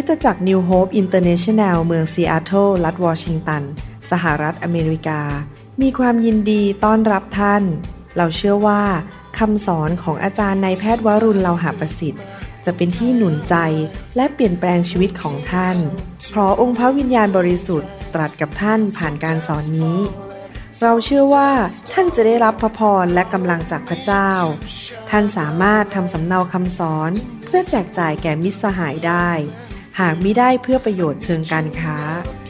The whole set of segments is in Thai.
ตจักร New Hope International เมืองซีแอตเทิลรัฐวอชิงตันสหรัฐอเมริกามีความยินดีต้อนรับท่านเราเชื่อว่าคำสอนของอาจารย์นายแพทย์วรุณ เลาหะประสิทธิ์จะเป็นที่หนุนใจและเปลี่ยนแปลงชีวิตของท่านเพราะองค์พระวิญญาณบริสุทธิ์ตรัสกับท่านผ่านการสอนนี้เราเชื่อว่าท่านจะได้รับพระพรและกำลังจากพระเจ้าท่านสามารถทำสำเนาคำสอนเพื่อแจกจ่ายแก่มิตรสหายได้หากมิได้เพื่อประโยชน์เชิงการค้า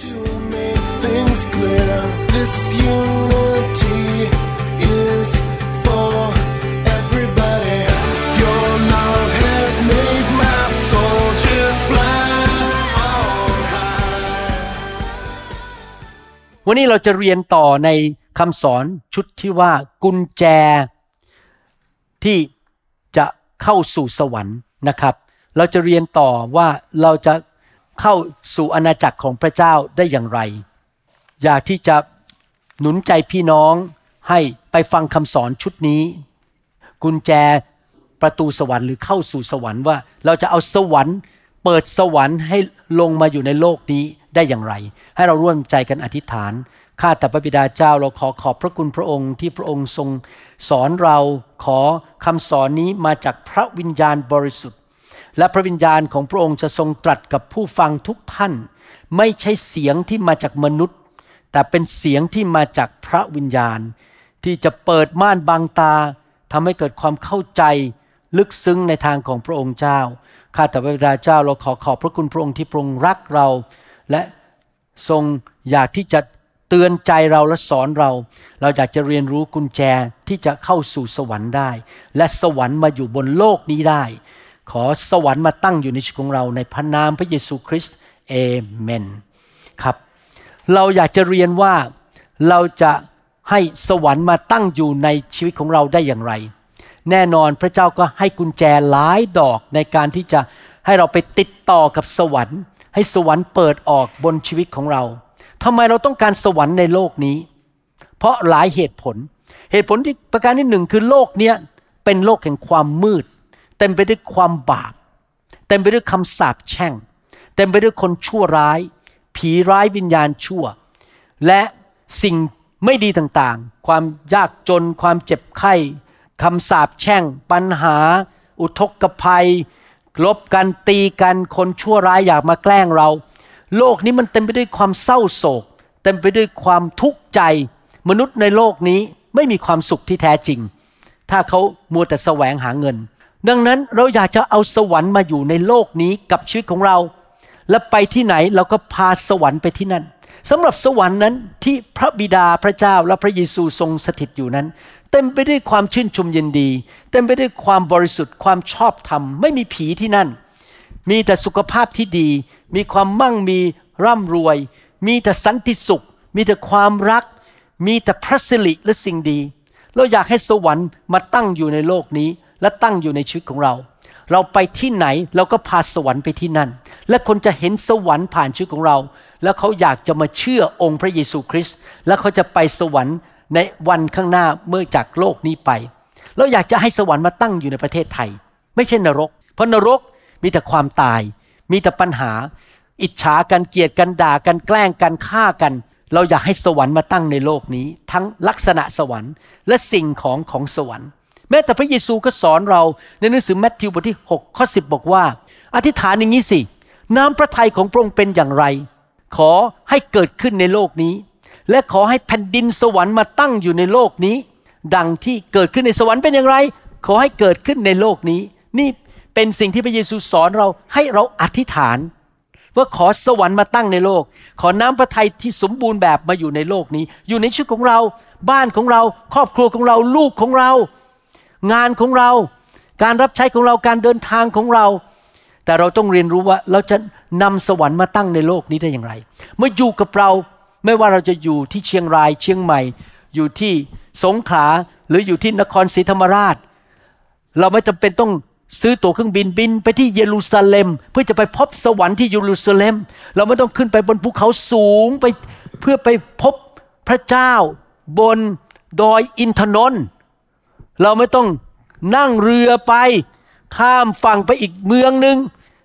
วันนี้เราจะเรียนต่อในคำสอนชุดที่ว่ากุญแจที่จะเข้าสู่สวรรค์นะครับเราจะเรียนต่อว่าเราจะเข้าสู่อาณาจักรของพระเจ้าได้อย่างไรอยากที่จะหนุนใจพี่น้องให้ไปฟังคำสอนชุดนี้กุญแจประตูสวรรค์หรือเข้าสู่สวรรค์ว่าเราจะเอาสวรรค์เปิดสวรรค์ให้ลงมาอยู่ในโลกนี้ได้อย่างไรให้เราร่วมใจกันอธิษฐานข้าแต่พระบิดาเจ้าเราขอบพระคุณพระองค์ที่พระองค์ทรงสอนเราขอคำสอนนี้มาจากพระวิญญาณบริสุทธิ์และพระวิญญาณของพระองค์จะทรงตรัสกับผู้ฟังทุกท่านไม่ใช่เสียงที่มาจากมนุษย์แต่เป็นเสียงที่มาจากพระวิญญาณที่จะเปิดม่านบังตาทำให้เกิดความเข้าใจลึกซึ้งในทางของพระองค์เจ้าข้าแต่พระบิดาเจ้าเราขอบพระคุณพระองค์ที่พระองค์รักเราและทรงอยากที่จะเตือนใจเราและสอนเราอยากจะเรียนรู้กุญแจที่จะเข้าสู่สวรรค์ได้และสวรรค์มาอยู่บนโลกนี้ได้ขอสวรรค์มาตั้งอยู่ในชีวิตของเราในพระนามพระเยซูคริสต์เอเมนครับเราอยากจะเรียนว่าเราจะให้สวรรค์มาตั้งอยู่ในชีวิตของเราได้อย่างไรแน่นอนพระเจ้าก็ให้กุญแจหลายดอกในการที่จะให้เราไปติดต่อกับสวรรค์ให้สวรรค์เปิดออกบนชีวิตของเราทำไมเราต้องการสวรรค์ในโลกนี้เพราะหลายเหตุผลที่ประการที่หนึ่งคือโลกนี้เป็นโลกแห่งความมืดเต็มไปด้วยความบาปเต็มไปด้วยคำสาปแช่งเต็มไปด้วยคนชั่วร้ายผีร้ายวิญญาณชั่วและสิ่งไม่ดีต่างๆความยากจนความเจ็บไข้คำสาปแช่งปัญหาอุทกภัยลบกันตีกันคนชั่วร้ายอยากมาแกล้งเราโลกนี้มันเต็มไปด้วยความเศร้าโศกเต็มไปด้วยความทุกข์ใจมนุษย์ในโลกนี้ไม่มีความสุขที่แท้จริงถ้าเขามัวแต่แสวงหาเงินดังนั้นเราอยากจะเอาสวรรค์มาอยู่ในโลกนี้กับชีวิตของเราและไปที่ไหนเราก็พาสวรรค์ไปที่นั่นสำหรับสวรรค์นั้นที่พระบิดาพระเจ้าและพระเยซูทรงสถิตอยู่นั้นเต็มไปด้วยความชื่นชมยินดีเต็มไปด้วยความบริสุทธิ์ความชอบธรรมไม่มีผีที่นั่นมีแต่สุขภาพที่ดีมีความมั่งมีร่ำรวยมีแต่สันติสุขมีแต่ความรักมีแต่พระสิริและสิ่งดีเราอยากให้สวรรค์มาตั้งอยู่ในโลกนี้และตั้งอยู่ในชีวิตของเราเราไปที่ไหนเราก็พาสวรรค์ไปที่นั่นและคนจะเห็นสวรรค์ผ่านชีวิตของเราแล้วเขาอยากจะมาเชื่อองค์พระเยซูคริสต์และเขาจะไปสวรรค์ในวันข้างหน้าเมื่อจากโลกนี้ไปเราอยากจะให้สวรรค์มาตั้งอยู่ในประเทศไทยไม่ใช่นรกเพราะนรกมีแต่ความตายมีแต่ปัญหาอิจฉากันเกลียดกันด่ากันแกล้งกันฆ่ากันเราอยากให้สวรรค์มาตั้งในโลกนี้ทั้งลักษณะสวรรค์และสิ่งของสวรรค์แม้แต่พระเยซูก็สอนเราในหนังสือมัทธิวบทที่6ข้อ10บอกว่าอธิษฐานอย่างนี้สิน้ำพระทัยของพระองค์เป็นอย่างไรขอให้เกิดขึ้นในโลกนี้และขอให้แผ่นดินสวรรค์มาตั้งอยู่ในโลกนี้ดังที่เกิดขึ้นในสวรรค์เป็นอย่างไรขอให้เกิดขึ้นในโลกนี้นี่เป็นสิ่งที่พระเยซูสอนเราให้เราอธิษฐานว่าขอสวรรค์มาตั้งในโลกขอน้ำพระทัยที่สมบูรณ์แบบมาอยู่ในโลกนี้อยู่ในชีวิตของเราบ้านของเราครอบครัวของเราลูกของเรางานของเราการรับใช้ของเราการเดินทางของเราแต่เราต้องเรียนรู้ว่าเราจะนำสวรรค์มาตั้งในโลกนี้ได้อย่างไรเมื่ออยู่กับเราไม่ว่าเราจะอยู่ที่เชียงรายเชียงใหม่อยู่ที่สงขลาหรืออยู่ที่นครศรีธรรมราชเราไม่จำเป็นต้องซื้อตั๋วเครื่องบินไปที่เยรูซาเล็มเพื่อจะไปพบสวรรค์ที่เยรูซาเล็มเราไม่ต้องขึ้นไปบนภูเขาสูงไปเพื่อไปพบพระเจ้าบนดอยอินทนนท์เราไม่ต้องนั่งเรือไปข้ามฝั่งไปอีกเมืองนึง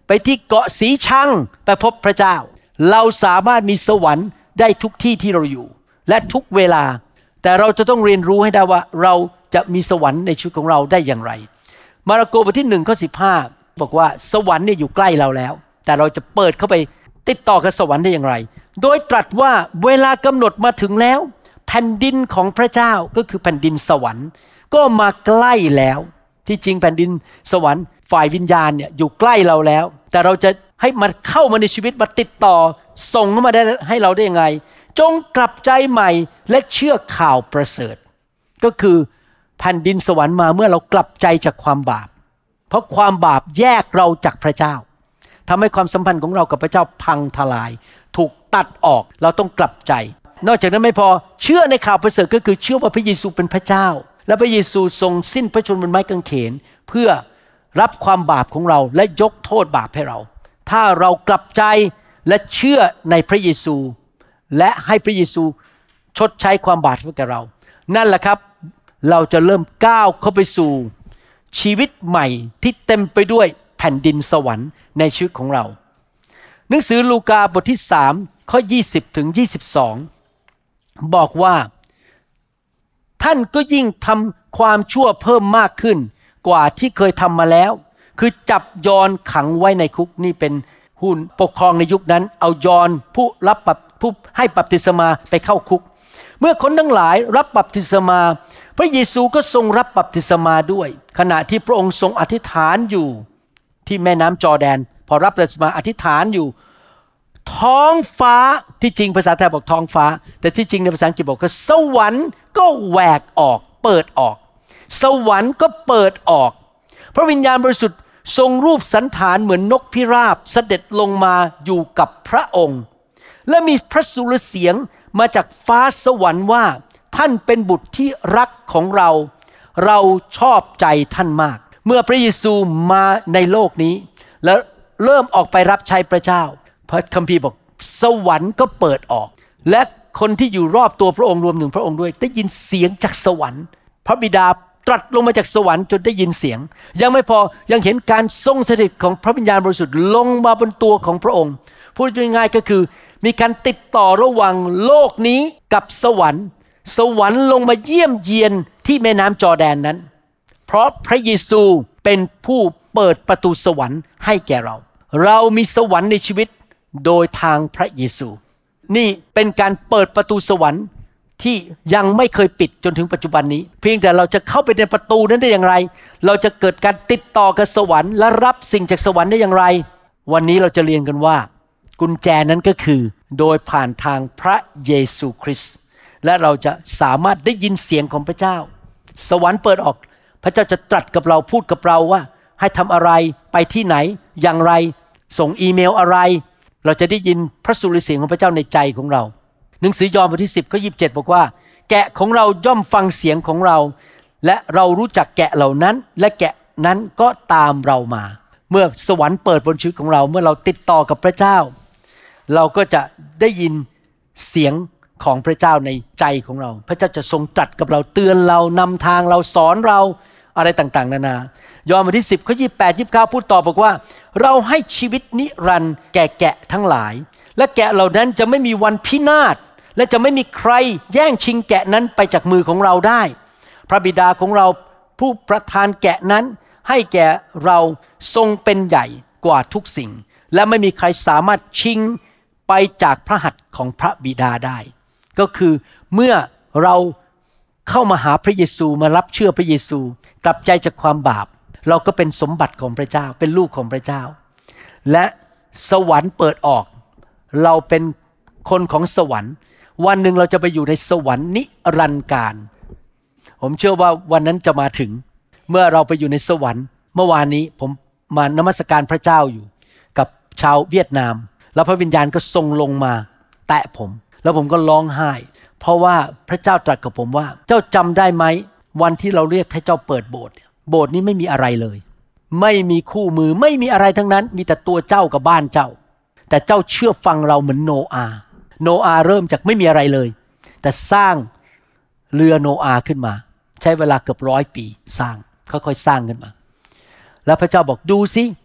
ไปที่เกาะสีชังไปพบพระเจ้าเราสามารถมีสวรรค์ได้ทุกที่ที่เราอยู่และทุกเวลาแต่เราจะต้องเรียนรู้ให้ได้ว่าเราจะมีสวรรค์ในชีวิตของเราได้อย่างไรมาระโกบทที่1ข้อ15บอกว่าสวรรค์เนี่ยอยู่ใกล้เราแล้วแต่เราจะเปิดเข้าไปติดต่อกับสวรรค์ได้อย่างไรโดยตรัสว่าเวลากำหนดมาถึงแล้วแผ่นดินของพระเจ้าก็คือแผ่นดินสวรรค์ก็มาใกล้แล้วที่จริงแผ่นดินสวรรค์ฝ่ายวิญญาณเนี่ยอยู่ใกล้เราแล้วแต่เราจะให้มันเข้ามาในชีวิตมาติดต่อส่งเข้ามาได้ให้เราได้ยังไงจงกลับใจใหม่และเชื่อข่าวประเสริฐก็คือแผ่นดินสวรรค์มาเมื่อเรากลับใจจากความบาปเพราะความบาปแยกเราจากพระเจ้าทำให้ความสัมพันธ์ของเรากับพระเจ้าพังทลายถูกตัดออกเราต้องกลับใจนอกจากนั้นไม่พอเชื่อในข่าวประเสริฐก็คือเชื่อว่าพระเยซูเป็นพระเจ้าและพระเยซูทรงสิ้นพระชนม์บนไม้กางเขนเพื่อรับความบาปของเราและยกโทษบาปให้เราถ้าเรากลับใจและเชื่อในพระเยซูและให้พระเยซูชดใช้ความบาปให้กับเรานั่นแหละครับเราจะเริ่มก้าวเข้าไปสู่ชีวิตใหม่ที่เต็มไปด้วยแผ่นดินสวรรค์ในชีวิตของเราหนังสือลูกาบทที่3ข้อ20ถึง22บอกว่าท่านก็ยิ่งทำความชั่วเพิ่มมากขึ้นกว่าที่เคยทำมาแล้วคือจับยอห์นขังไว้ในคุกนี่เป็นหุ้นปกครองในยุคนั้นเอายอห์นผู้ให้บัพติศมาไปเข้าคุกเมื่อคนทั้งหลายรับบัพติศมาพระเยซูก็ทรงรับบัพติศมาด้วยขณะที่พระองค์ทรงอธิษฐานอยู่ที่แม่น้ำจอร์แดนพอรับบัพติศมาอธิษฐานอยู่ท้องฟ้าที่จริงภาษาไทยบอกท้องฟ้าแต่ที่จริงในภาษาอังกฤษบอกว่าสวรรค์ก็แหวกออกเปิดออกสวรรค์ก็เปิดออกพระวิญญาณบริสุทธิ์ทรงรูปสันฐานเหมือนนกพิราบเสด็จลงมาอยู่กับพระองค์และมีพระสุรเสียงมาจากฟ้าสวรรค์ว่าท่านเป็นบุตรที่รักของเราเราชอบใจท่านมากเมื่อพระเยซูมาในโลกนี้แล้วเริ่มออกไปรับใช้พระเจ้าพระคัมภีร์บอกสวรรค์ก็เปิดออกและคนที่อยู่รอบตัวพระองค์รวมถึงพระองค์ด้วยได้ยินเสียงจากสวรรค์พระบิดาตรัสลงมาจากสวรรค์จนได้ยินเสียงยังไม่พอยังเห็นการทรงสถิตของพระวิญญาณบริสุทธิ์ลงมาบนตัวของพระองค์พูดง่ายๆก็คือมีการติดต่อระหว่างโลกนี้กับสวรรค์สวรรค์ลงมาเยี่ยมเยียนที่แม่น้ำจอร์แดนนั้นเพราะพระเยซูเป็นผู้เปิดประตูสวรรค์ให้แก่เราเรามีสวรรค์ในชีวิตโดยทางพระเยซูนี่เป็นการเปิดประตูสวรรค์ที่ยังไม่เคยปิดจนถึงปัจจุบันนี้เพียงแต่เราจะเข้าไปในประตูนั้นได้อย่างไรเราจะเกิดการติดต่อกับสวรรค์และรับสิ่งจากสวรรค์ได้อย่างไรวันนี้เราจะเรียนกันว่ากุญแจนั้นก็คือโดยผ่านทางพระเยซูคริสต์และเราจะสามารถได้ยินเสียงของพระเจ้าสวรรค์เปิดออกพระเจ้าจะตรัสกับเราพูดกับเราว่าให้ทำอะไรไปที่ไหนอย่างไรส่งอีเมลอะไรเราจะได้ยินพระสุรเสียงของพระเจ้าในใจของเราหนังสือยอห์นบทที่10ข้อ27บอกว่าแกะของเราย่อมฟังเสียงของเราและเรารู้จักแกะเหล่านั้นและแกะนั้นก็ตามเรามาเมื่อสวรรค์เปิดบนชีวิตของเราเมื่อเราติดต่อกับพระเจ้าเราก็จะได้ยินเสียงของพระเจ้าในใจของเราพระเจ้าจะทรงตรัสกับเราเตือนเรานำทางเราสอนเราอะไรต่างๆนานายอห์นบทที่10ข้อ28 29พูดต่อบอกว่าเราให้ชีวิตนิรันดร์แก่แกะทั้งหลายและแกะเหล่านั้นจะไม่มีวันพินาศและจะไม่มีใครแย่งชิงแกะนั้นไปจากมือของเราได้พระบิดาของเราผู้ประทานแกะนั้นให้แก่เราทรงเป็นใหญ่กว่าทุกสิ่งและไม่มีใครสามารถชิงไปจากพระหัตถ์ของพระบิดาได้ก็คือเมื่อเราเข้ามาหาพระเยซูมารับเชื่อพระเยซูกลับใจจากความบาปเราก็เป็นสมบัติของพระเจ้าเป็นลูกของพระเจ้าและสวรรค์เปิดออกเราเป็นคนของสวรรค์วันหนึ่งเราจะไปอยู่ในสวรรค์นิรันดร์กาลผมเชื่อว่าวันนั้นจะมาถึงเมื่อเราไปอยู่ในสวรรค์เมื่อวานนี้ผมมานมัสการพระเจ้าอยู่กับชาวเวียดนามแล้วพระวิญญาณก็ทรงลงมาแตะผมแล้วผมก็ร้องไห้เพราะว่าพระเจ้าตรัสกับผมว่าเจ้าจำได้ไหมวันที่เราเรียกให้เจ้าเปิดโบสถ์โบสถ์นี้ไม่มีอะไรเลยไม่มีคู่มือไม่มีอะไรทั้งนั้นมีแต่ตัวเจ้ากับบ้านเจ้าแต่เจ้าเชื่อฟังเราเหมือนโนอาห์เริ่มจากไม่มีอะไรเลยแต่สร้างเรือโนอาห์ขึ้นมาใช้เวลาเกือบ100 ปีสร้างค่อยๆสร้างขึ้นมาแล้วพระเจ้าบอกดูสิ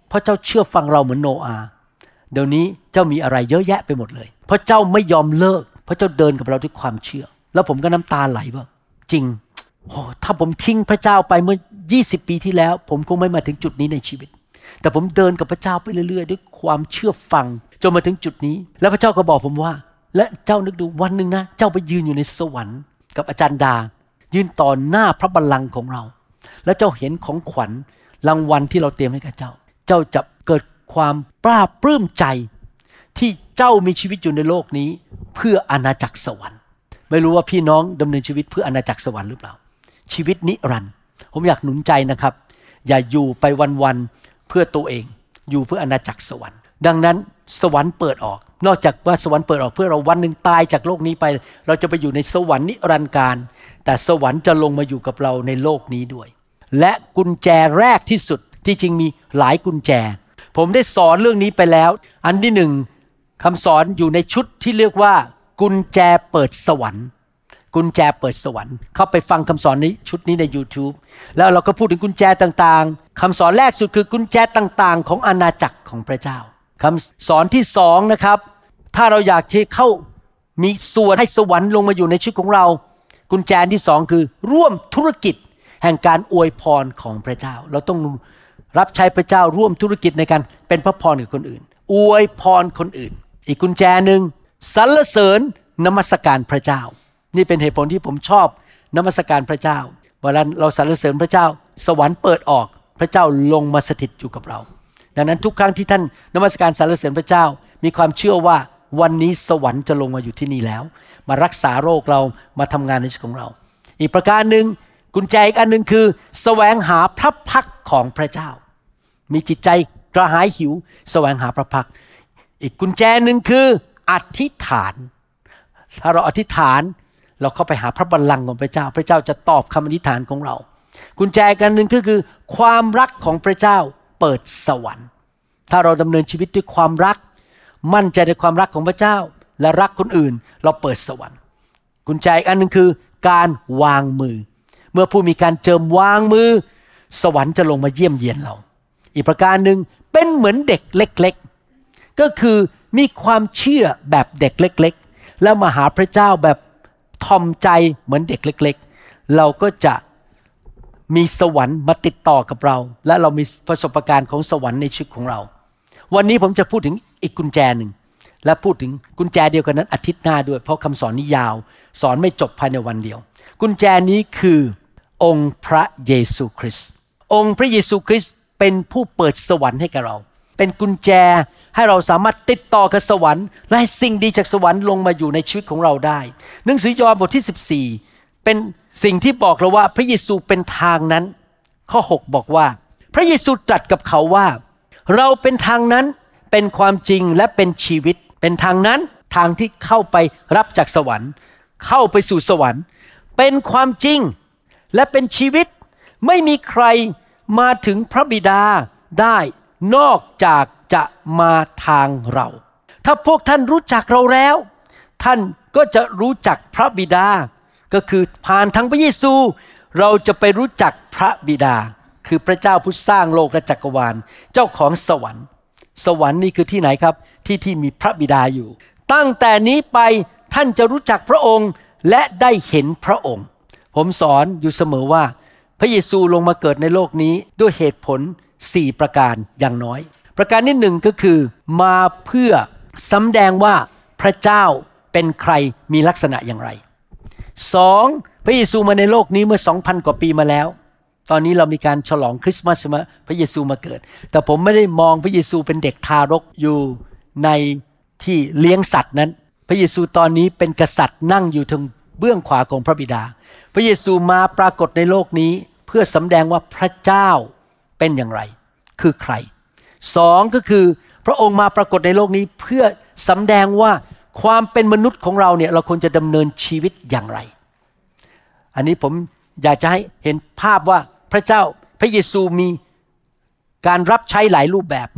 เพราะเจ้าเชื่อฟังเราเหมือนโนอาห์เดี๋ยวนี้เจ้ามีอะไรเยอะแยะไปหมดเลยเพราะเจ้าไม่ยอมเลิกเพราะเจ้าเดินกับเราด้วยความเชื่อแล้วผมก็น้ำตาไหลว่าจริงโอ้ถ้าผมทิ้งพระเจ้าไปเมื่อ20 ปีที่แล้วผมคงไม่มาถึงจุดนี้ในชีวิตแต่ผมเดินกับพระเจ้าไปเรื่อยๆด้วยความเชื่อฟังจนมาถึงจุดนี้แล้วพระเจ้าก็บอกผมว่าและเจ้านึกดูวันหนึ่งนะเจ้าไปยืนอยู่ในสวรรค์กับอาจารย์ดายืนต่อหน้าพระบัลลังก์ของเราแล้วเจ้าเห็นของขวัญรางวัลที่เราเตรียมให้กับเจ้าเจ้าจะเกิดความปราบปลื้มใจที่เจ้ามีชีวิตอยู่ในโลกนี้เพื่ออาณาจักรสวรรค์ไม่รู้ว่าพี่น้องดำเนินชีวิตเพื่ออาณาจักรสวรรค์หรือเปล่าชีวิตนิรันดร์ผมอยากหนุนใจนะครับอย่าอยู่ไปวันๆเพื่อตัวเองอยู่เพื่ออาณาจักรสวรรค์ดังนั้นสวรรค์เปิดออกนอกจากว่าสวรรค์เปิดออกเพื่อเราวันหนึ่งตายจากโลกนี้ไปเราจะไปอยู่ในสวรรค์นิรันดร์การแต่สวรรค์จะลงมาอยู่กับเราในโลกนี้ด้วยและกุญแจแรกที่สุดที่จริงมีหลายกุญแจผมได้สอนเรื่องนี้ไปแล้วอันที่หนึ่งคำสอนอยู่ในชุดที่เรียกว่ากุญแจเปิดสวรรค์กุญแจเปิดสวรรค์เข้าไปฟังคำสอนนี้ชุดนี้ใน YouTube แล้วเราก็พูดถึงกุญแจต่างๆคำสอนแรกสุดคือกุญแจต่างๆของอาณาจักรของพระเจ้าคำสอนที่สองนะครับถ้าเราอยากที่เข้ามีส่วนให้สวรรค์ลงมาอยู่ในชีวิตของเรากุญแจที่สองคือร่วมธุรกิจแห่งการอวยพรของพระเจ้าเราต้องรับใช้พระเจ้าร่วมธุรกิจในการเป็นพระพรกับคนอื่นอวยพรคนอื่นอีกกุญแจหนึ่งสรรเสริญนมัสการพระเจ้านี่เป็นเหตุผลที่ผมชอบนมัสการพระเจ้าเวลาเราสรรเสริญพระเจ้าสวรรค์เปิดออกพระเจ้าลงมาสถิตอยู่กับเราดังนั้นทุกครั้งที่ท่านนมัสการสรรเสริญพระเจ้ามีความเชื่อว่าวันนี้สวรรค์จะลงมาอยู่ที่นี่แล้วมารักษาโรคเรามาทำงานในชีวิตของเราอีกประการหนึ่งกุญแจอีกอันนึงคือแสวงหาพระพักของพระเจ้ามีจิตใจกระหายหิวแสวงหาพระพักอีกกุญแจหนึ่งคืออธิษฐานถ้าเราอธิษฐานเราเข้าไปหาพระบัลลังก์ของพระเจ้าพระเจ้าจะตอบคำอธิษฐานของเรากุญแจกันหนึ่งก็คือความรักของพระเจ้าเปิดสวรรค์ถ้าเราดำเนินชีวิตด้วยความรักมั่นใจในความรักของพระเจ้าและรักคนอื่นเราเปิดสวรรค์กุญแจอีกอันนึงคือการวางมือเมื่อผู้มีการเจิมวางมือสวรรค์จะลงมาเยี่ยมเยียนเราอีกประการหนึ่งเป็นเหมือนเด็กเล็กๆก็คือมีความเชื่อแบบเด็กเล็กๆแล้วมาหาพระเจ้าแบบทอมใจเหมือนเด็กเล็กๆเราก็จะมีสวรรค์มาติดต่อกับเราและเรามีประสบการณ์ของสวรรค์ในชีวิตของเราวันนี้ผมจะพูดถึงอีกกุญแจหนึ่งและพูดถึงกุญแจเดียวกันนั้นอาทิตย์หน้าด้วยเพราะคำสอนนี้ยาวสอนไม่จบภายในวันเดียวกุญแจนี้คือองค์พระเยซูคริสต์องค์พระเยซูคริสต์เป็นผู้เปิดสวรรค์ให้กับเราเป็นกุญแจให้เราสามารถติดต่อกับสวรรค์และให้สิ่งดีจากสวรรค์ลงมาอยู่ในชีวิตของเราได้หนังสือยอห์นบทที่14เป็นสิ่งที่บอกเราว่าพระเยซูเป็นทางนั้นข้อ6บอกว่าพระเยซูตรัสกับเขาว่าเราเป็นทางนั้นเป็นความจริงและเป็นชีวิตเป็นทางนั้นทางที่เข้าไปรับจากสวรรค์เข้าไปสู่สวรรค์เป็นความจริงและเป็นชีวิตไม่มีใครมาถึงพระบิดาได้นอกจากจะมาทางเราถ้าพวกท่านรู้จักเราแล้วท่านก็จะรู้จักพระบิดาก็คือผ่านทางพระเยซูเราจะไปรู้จักพระบิดาคือพระเจ้าผู้สร้างโลกและจักรวาลเจ้าของสวรรค์สวรรค์นี่คือที่ไหนครับที่มีพระบิดาอยู่ตั้งแต่นี้ไปท่านจะรู้จักพระองค์และได้เห็นพระองค์ผมสอนอยู่เสมอว่าพระเยซูลงมาเกิดในโลกนี้ด้วยเหตุผล4ประการอย่างน้อยประการที่1ก็คือมาเพื่อสำแดงว่าพระเจ้าเป็นใครมีลักษณะอย่างไร2พระเยซูมาในโลกนี้เมื่อ 2,000 กว่าปีมาแล้วตอนนี้เรามีการฉลองคริสต์มาสใช่ไหมพระเยซูมาเกิดแต่ผมไม่ได้มองพระเยซูเป็นเด็กทารกอยู่ในที่เลี้ยงสัตว์นั้นพระเยซูตอนนี้เป็นกษัตริย์นั่งอยู่ทางเบื้องขวาของพระบิดาพระเยซูมาปรากฏในโลกนี้เพื่อสำแดงว่าพระเจ้าเป็นอย่างไรคือใคร2ก็คือพระองค์มาปรากฏในโลกนี้เพื่อสำแดงว่าความเป็นมนุษย์ของเราเนี่ยเราควรจะดำเนินชีวิตอย่างไรอันนี้ผมอยากจะให้เห็นภาพว่าพระเจ้าพระเยซูมีการรับใช้หลายรูปแบบ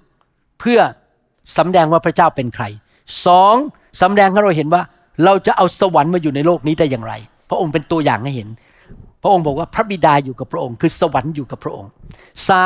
1เพื่อสำแดงว่าพระเจ้าเป็นใคร2สำแดงให้เราเห็นว่าเราจะเอาสวรรค์มาอยู่ในโลกนี้ได้อย่างไรพระองค์เป็นตัวอย่างให้เห็นพระองค์บอกว่าพระบิดาอยู่กับพระองค์คือสวรรค์อยู่กับพระองค์3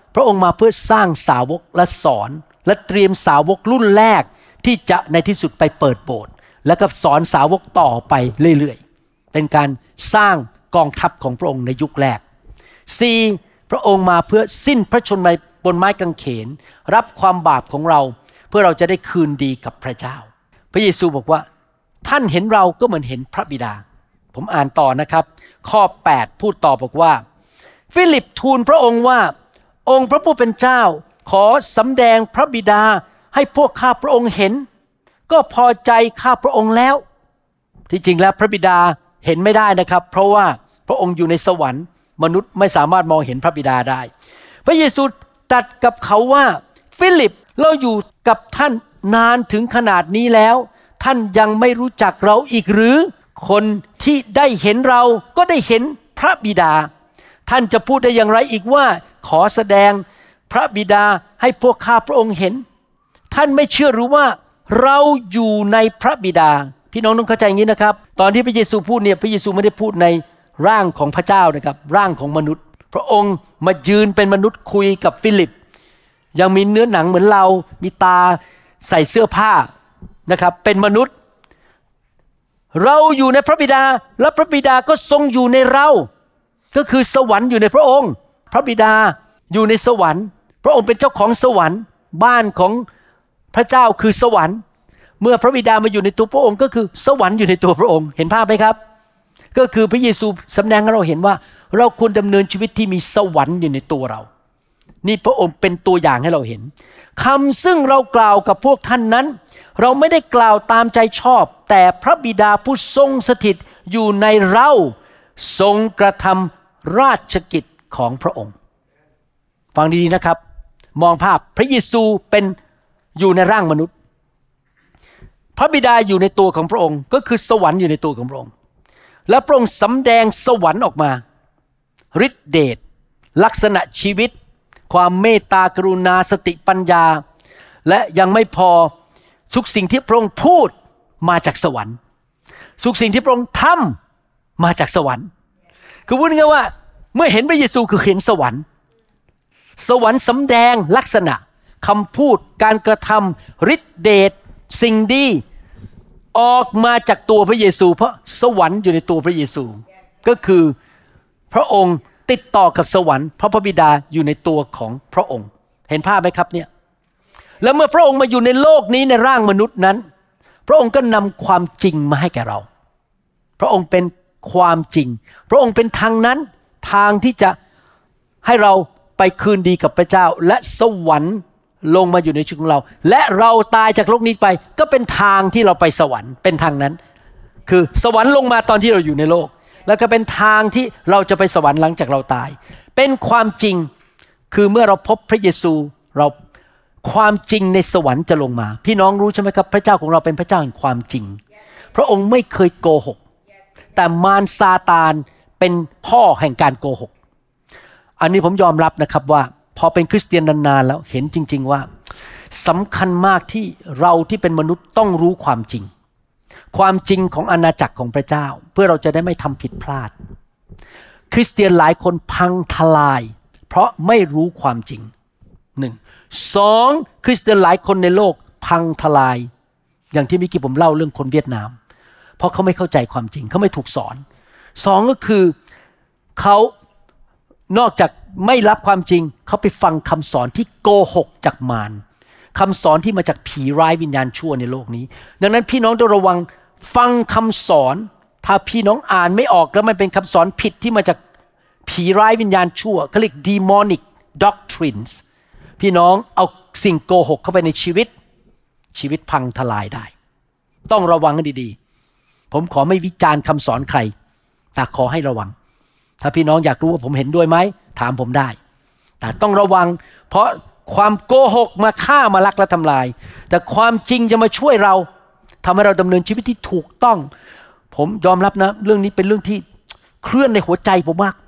พระองค์มาเพื่อสร้างสาวกและสอนและเตรียมสาวกรุ่นแรกที่จะในที่สุดไปเปิดโบสถ์แล้วก็สอนสาวกต่อไปเรื่อยๆเป็นการสร้างกองทัพของพระองค์ในยุคแรก 4. พระองค์มาเพื่อสิ้นพระชนม์บนไม้กางเขนรับความบาปของเราเพื่อเราจะได้คืนดีกับพระเจ้าพระเยซูบอกว่าท่านเห็นเราก็เหมือนเห็นพระบิดาผมอ่านต่อนะครับข้อ8พูดต่อบอกว่าฟิลิปทูลพระองค์ว่าองค์พระผู้เป็นเจ้าขอสำแดงพระบิดาให้พวกข้าพระองค์เห็นก็พอใจข้าพระองค์แล้วที่จริงแล้วพระบิดาเห็นไม่ได้นะครับเพราะว่าพระองค์อยู่ในสวรรค์มนุษย์ไม่สามารถมองเห็นพระบิดาได้พระเยซูตรัสกับเขาว่าฟิลิปเราอยู่กับท่านนานถึงขนาดนี้แล้วท่านยังไม่รู้จักเราอีกหรือคนที่ได้เห็นเราก็ได้เห็นพระบิดาท่านจะพูดได้อย่างไรอีกว่าขอแสดงพระบิดาให้พวกข้าพระองค์เห็นท่านไม่เชื่อหรือว่าเราอยู่ในพระบิดาพี่น้องต้องเข้าใจอย่างนี้นะครับตอนที่พระเยซูพูดเนี่ยพระเยซูไม่ได้พูดในร่างของพระเจ้านะครับร่างของมนุษย์พระองค์มายืนเป็นมนุษย์คุยกับฟิลิปยังมีเนื้อหนังเหมือนเรามีตาใส่เสื้อผ้านะครับเป็นมนุษย์เราอยู่ในพระบิดาและพระบิดาก็ทรงอยู่ในเราก็คือสวรรค์อยู่ในพระองค์พระบิดาอยู่ในสวรรค์พระองค์เป็นเจ้าของสวรรค์บ้านของพระเจ้าคือสวรรค์เมื่อพระบิดามาอยู่ในตัวพระองค์ก็คือสวรรค์อยู่ในตัวพระองค์เห็นภาพไหมครับก็คือพระเยซูแสดงให้เราเห็นว่าเราควรดำเนินชีวิตที่มีสวรรค์อยู่ในตัวเรานี่พระองค์เป็นตัวอย่างให้เราเห็นคำซึ่งเรากล่าวกับพวกท่านนั้นเราไม่ได้กล่าวตามใจชอบแต่พระบิดาผู้ทรงสถิตอยู่ในเราทรงกระทำราชกิจของพระองค์ฟังดีๆนะครับมองภาพพระเยซูเป็นอยู่ในร่างมนุษย์พระบิดาอยู่ในตัวของพระองค์ก็คือสวรรค์อยู่ในตัวของพระองค์และพระองค์สำแดงสวรรค์ออกมาฤทธิเดชลักษณะชีวิตความเมตตากรุณาสติปัญญาและยังไม่พอทุกสิ่งที่พระองค์พูดมาจากสวรรค์ทุกสิ่งที่พระองค์ทำมาจากสวรรค์คือพูดง่ายๆว่าเมื่อเห็นพระเยซูคือเห็นสวรรค์สวรรค์สำแดงลักษณะคำพูดการกระทำฤทธิเดชสิ่งดีออกมาจากตัวพระเยซูเพราะสวรรค์อยู่ในตัวพระเยซูก็คือพระองค์ติดต่อกับสวรรค์เพราะพระบิดาอยู่ในตัวของพระองค์เห็นภาพไหมครับเนี่ยแล้วเมื่อพระองค์มาอยู่ในโลกนี้ในร่างมนุษย์นั้นพระองค์ก็นำความจริงมาให้แก่เราพระองค์เป็นความจริงพระองค์เป็นทางนั้นทางที่จะให้เราไปคืนดีกับพระเจ้าและสวรรค์ลงมาอยู่ในชีวิตของเราและเราตายจากโลกนี้ไปก็เป็นทางที่เราไปสวรรค์เป็นทางนั้นคือสวรรค์ลงมาตอนที่เราอยู่ในโลกแล้วก็เป็นทางที่เราจะไปสวรรค์หลังจากเราตายเป็นความจริงคือเมื่อเราพบพระเยซูเราความจริงในสวรรค์จะลงมาพี่น้องรู้ใช่ไหมครับพระเจ้าของเราเป็นพระเจ้าแห่งความจริงพระองค์ไม่เคยโกหกแต่มารซาตานเป็นพ่อแห่งการโกหกอันนี้ผมยอมรับนะครับว่าพอเป็นคริสเตียนนานๆแล้วเห็นจริงๆว่าสำคัญมากที่เราที่เป็นมนุษย์ต้องรู้ความจริงความจริงของอาณาจักรของพระเจ้าเพื่อเราจะได้ไม่ทำผิดพลาดคริสเตียนหลายคนพังทลายเพราะไม่รู้ความจริง1 2คริสเตียนหลายคนในโลกพังทลายอย่างที่เมื่อกี้ผมเล่าเรื่องคนเวียดนามเพราะเขาไม่เข้าใจความจริงเขาไม่ถูกสอน2ก็คือเขานอกจากไม่รับความจริงเขาไปฟังคำสอนที่โกหกจากมารคำสอนที่มาจากผีร้ายวิญญาณชั่วในโลกนี้ดังนั้นพี่น้องต้องระวังฟังคำสอนถ้าพี่น้องอ่านไม่ออกแล้วมันเป็นคำสอนผิดที่มาจากผีร้ายวิญญาณชั่วเขาเรียก demonic doctrines พี่น้องเอาสิ่งโกหกเข้าไปในชีวิตพังทลายได้ต้องระวังให้ดีๆผมขอไม่วิจารณ์คำสอนใครแต่ขอให้ระวังถ้าพี่น้องอยากรู้ว่าผมเห็นด้วยไหมถามผมได้แต่ต้องระวังเพราะความโกหกมาฆ่ามาลักและทำลายแต่ความจริงจะมาช่วยเราทำให้เราดำเนินชีวิตที่ถูกต้องผมยอมรับนะเรื่องนี้เป็นเรื่องที่เคลื่อนในหัวใจผมมาก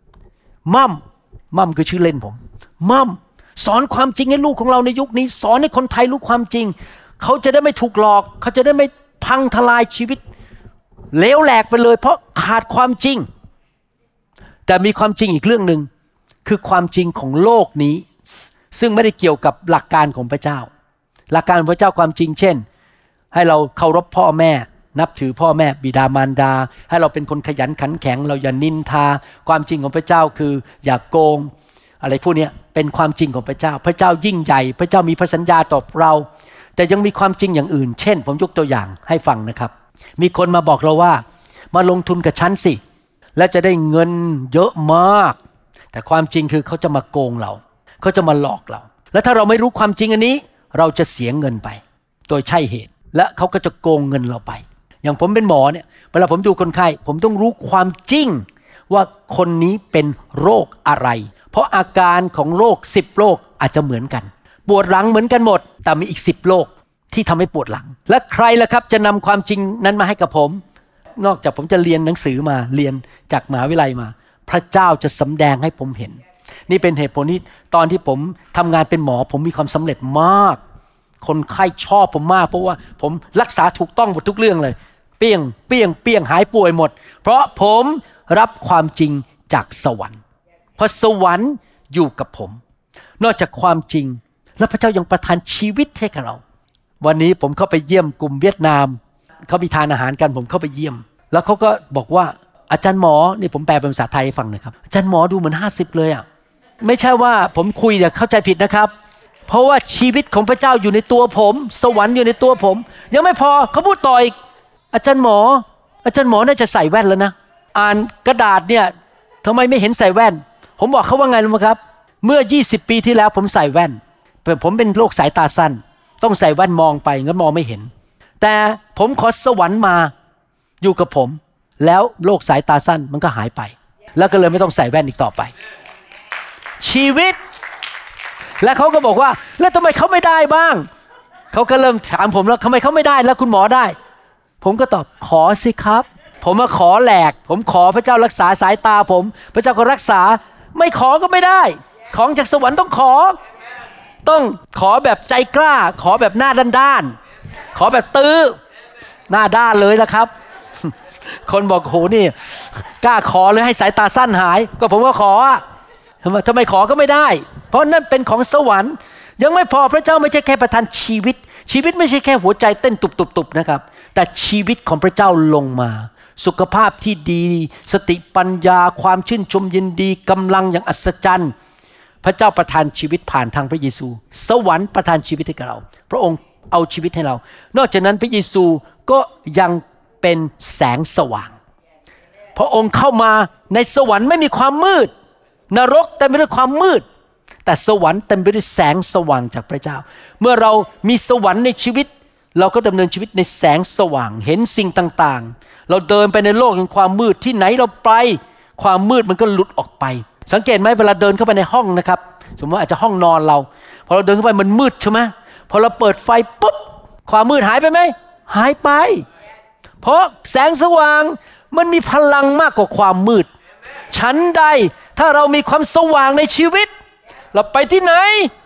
มั่มคือชื่อเล่นผมมั่มสอนความจริงให้ลูกของเราในยุคนี้สอนให้คนไทยรู้ความจริงเขาจะได้ไม่ถูกหลอกเขาจะได้ไม่พังทลายชีวิตเลวแหลกไปเลยเพราะขาดความจริงแต่มีความจริงอีกเรื่องนึงคือความจริงของโลกนี้ซึ่งไม่ได้เกี่ยวกับหลักการของพระเจ้าหลักการของพระเจ้าความจริงเช่นให้เราเคารพพ่อแม่นับถือพ่อแม่บิดามารดาให้เราเป็นคนขยันขันแข็งเราอย่านินทาความจริงของพระเจ้าคืออย่าโกงอะไรพวกนี้เป็นความจริงของพระเจ้าพระเจ้ายิ่งใหญ่พระเจ้ามีพระสัญญาต่อเราแต่ยังมีความจริงอย่างอื่นเช่นผมยกตัวอย่างให้ฟังนะครับมีคนมาบอกเราว่ามาลงทุนกับฉันสิแล้วจะได้เงินเยอะมากแต่ความจริงคือเขาจะมาโกงเราเขาจะมาหลอกเราแล้วถ้าเราไม่รู้ความจริงอันนี้เราจะเสียเงินไปโดยใช่เหตุและเขาก็จะโกงเงินเราไปอย่างผมเป็นหมอเนี่ยเวลาผมดูคนไข้ผมต้องรู้ความจริงว่าคนนี้เป็นโรคอะไรเพราะอาการของโรค10โรคอาจจะเหมือนกันปวดหลังเหมือนกันหมดแต่มีอีก10โรคที่ทำให้ปวดหลังและใครล่ะครับจะนำความจริงนั้นมาให้กับผมนอกจากผมจะเรียนหนังสือมาเรียนจากมหาวิทยาลัยมาพระเจ้าจะสำแดงให้ผมเห็นนี่เป็นเหตุผลที่ตอนที่ผมทำงานเป็นหมอผมมีความสำเร็จมากคนไข้ชอบผมมากเพราะว่าผมรักษาถูกต้องหมดทุกเรื่องเลยเปี้ยงเปี้ยงเปี้ยงหายป่วยหมดเพราะผมรับความจริงจากสวรรค์เพราะสวรรค์อยู่กับผมนอกจากความจริงและพระเจ้ายังประทานชีวิตให้กับเราวันนี้ผมเข้าไปเยี่ยมกลุ่มเวียดนามเขามีทานอาหารกันผมเข้าไปเยี่ยมแล้วเขาก็บอกว่าอาจารย์หมอนี่ผมแปลเป็นภาษาไทยให้ฟังนะครับอาจารย์หมอดูเหมือน50เลยอ่ะไม่ใช่ว่าผมคุยแต่เข้าใจผิดนะครับเพราะว่าชีวิตของพระเจ้าอยู่ในตัวผมสวรรค์อยู่ในตัวผมยังไม่พอเขาพูดต่ออีกอาจารย์หมอน่าจะใส่แว่นแล้วนะอ่านกระดาษเนี่ยทำไมไม่เห็นใส่แว่นผมบอกเขาว่าไงรู้ไหมครับเมื่อ20ปีที่แล้วผมใส่แว่นผมเป็นโรคสายตาสั้นต้องใส่แว่นมองไปงั้นมองไม่เห็นแต่ผมขอสวรรค์มาอยู่กับผมแล้วโรคสายตาสั้นมันก็หายไปแล้วก็เลยไม่ต้องใส่แว่นอีกต่อไปชีวิตและเขาก็บอกว่าแล้วทำไมเขาไม่ได้บ้างเขาก็เริ่มถามผมแล้วทำไมเขาไม่ได้แล้วคุณหมอได้ผมก็ตอบขอสิครับผมมาขอแหลกผมขอพระเจ้ารักษาสายตาผมพระเจ้าก็รักษาไม่ขอก็ไม่ได้ของจากสวรรค์ต้องขอแบบใจกล้าขอแบบหน้าด้านๆขอแบบตื้อหน้าด้านเลยนะครับ คนบอกโหนี่กล้าขอเลยให้สายตาสั้นหายก็ผมก็ขอทำไมขอก็ไม่ได้เพราะนั่นเป็นของสวรรค์ยังไม่พอพระเจ้าไม่ใช่แค่ประทานชีวิตไม่ใช่แค่หัวใจเต้นตุบๆนะครับแต่ชีวิตของพระเจ้าลงมาสุขภาพที่ดีสติปัญญาความชื่นชมยินดีกำลังอย่างอัศจรรย์พระเจ้าประทานชีวิตผ่านทางพระเยซูสวรรค์ประทานชีวิตให้กับเราพระองค์เอาชีวิตให้เรานอกจากนั้นพระเยซูก็ยังเป็นแสงสว่างพระองค์เข้ามาในสวรรค์ไม่มีความมืดนรกเต็มไปด้วยความมืดแต่สวรรค์เต็มไปด้วยแสงสว่างจากพระเจ้าเมื่อเรามีสวรรค์ในชีวิตเราก็ดำเนินชีวิตในแสงสว่างเห็นสิ่งต่างๆเราเดินไปในโลกแห่งความมืดที่ไหนเราไปความมืดมันก็หลุดออกไปสังเกตไหมเวลาเดินเข้าไปในห้องนะครับสมมติอาจจะห้องนอนเราพอเราเดินเข้าไปมันมืดใช่ไหมพอเราเปิดไฟปุ๊บความมืดหายไปไหมหายไปเพราะแสงสว่างมันมีพลังมากกว่าความมืดฉันใดถ้าเรามีความสว่างในชีวิตเราไปที่ไหน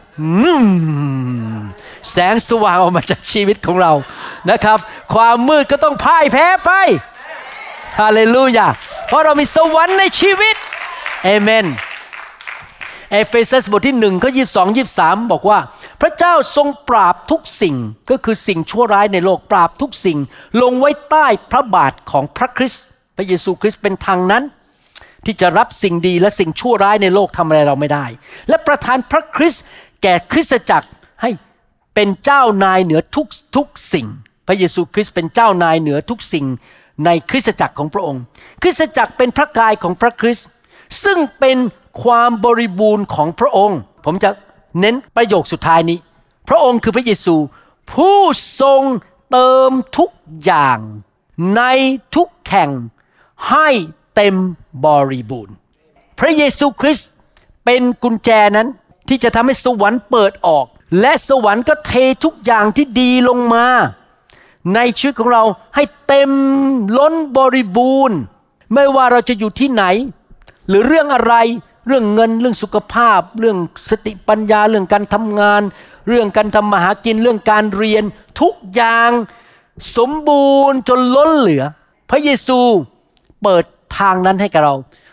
แสงสว่างออกมาจากชีวิตของเรานะครับความมืดก็ต้องพ่ายแพ้ไปฮาเลลูยาเพราะเรามีสวรรค์ในชีวิตเอเมนเอเฟซัสบทที่1ข้อ22-23บอกว่าพระเจ้าทรงปราบทุกสิ่งก็คือสิ่งชั่วร้ายในโลกปราบทุกสิ่งลงไว้ใต้พระบาทของพระคริสต์พระเยซูคริสต์เป็นทางนั้นที่จะรับสิ่งดีและสิ่งชั่วร้ายในโลกทำอะไรเราไม่ได้และประทานพระคริสต์แก่คริสตจักรให้เป็นเจ้านายเหนือทุกสิ่งพระเยซูคริสต์เป็นเจ้านายเหนือทุกสิ่งในคริสตจักรของพระองค์คริสตจักรเป็นพระกายของพระคริสต์ซึ่งเป็นความบริบูรณ์ของพระองค์ผมจะเน้นประโยคสุดท้ายนี้พระองค์คือพระเยซูผู้ทรงเติมทุกอย่างในทุกแห่งให้เต็มบริบูรณ์พระเยซูคริสต์เป็นกุญแจนั้นที่จะทำให้สวรรค์เปิดออกและสวรรค์ก็เททุกอย่างที่ดีลงมาในชีวิตของเราให้เต็มล้นบริบูรณ์ไม่ว่าเราจะอยู่ที่ไหนหรือเรื่องอะไรเรื่องเงินเรื่องสุขภาพเรื่องสติปัญญาเรื่องการทำงานเรื่องการทำมาหากินเรื่องการเรียนทุกอย่างสมบูรณ์จนล้นเหลือพระเยซูเปิดทางนั้นให้กับเรา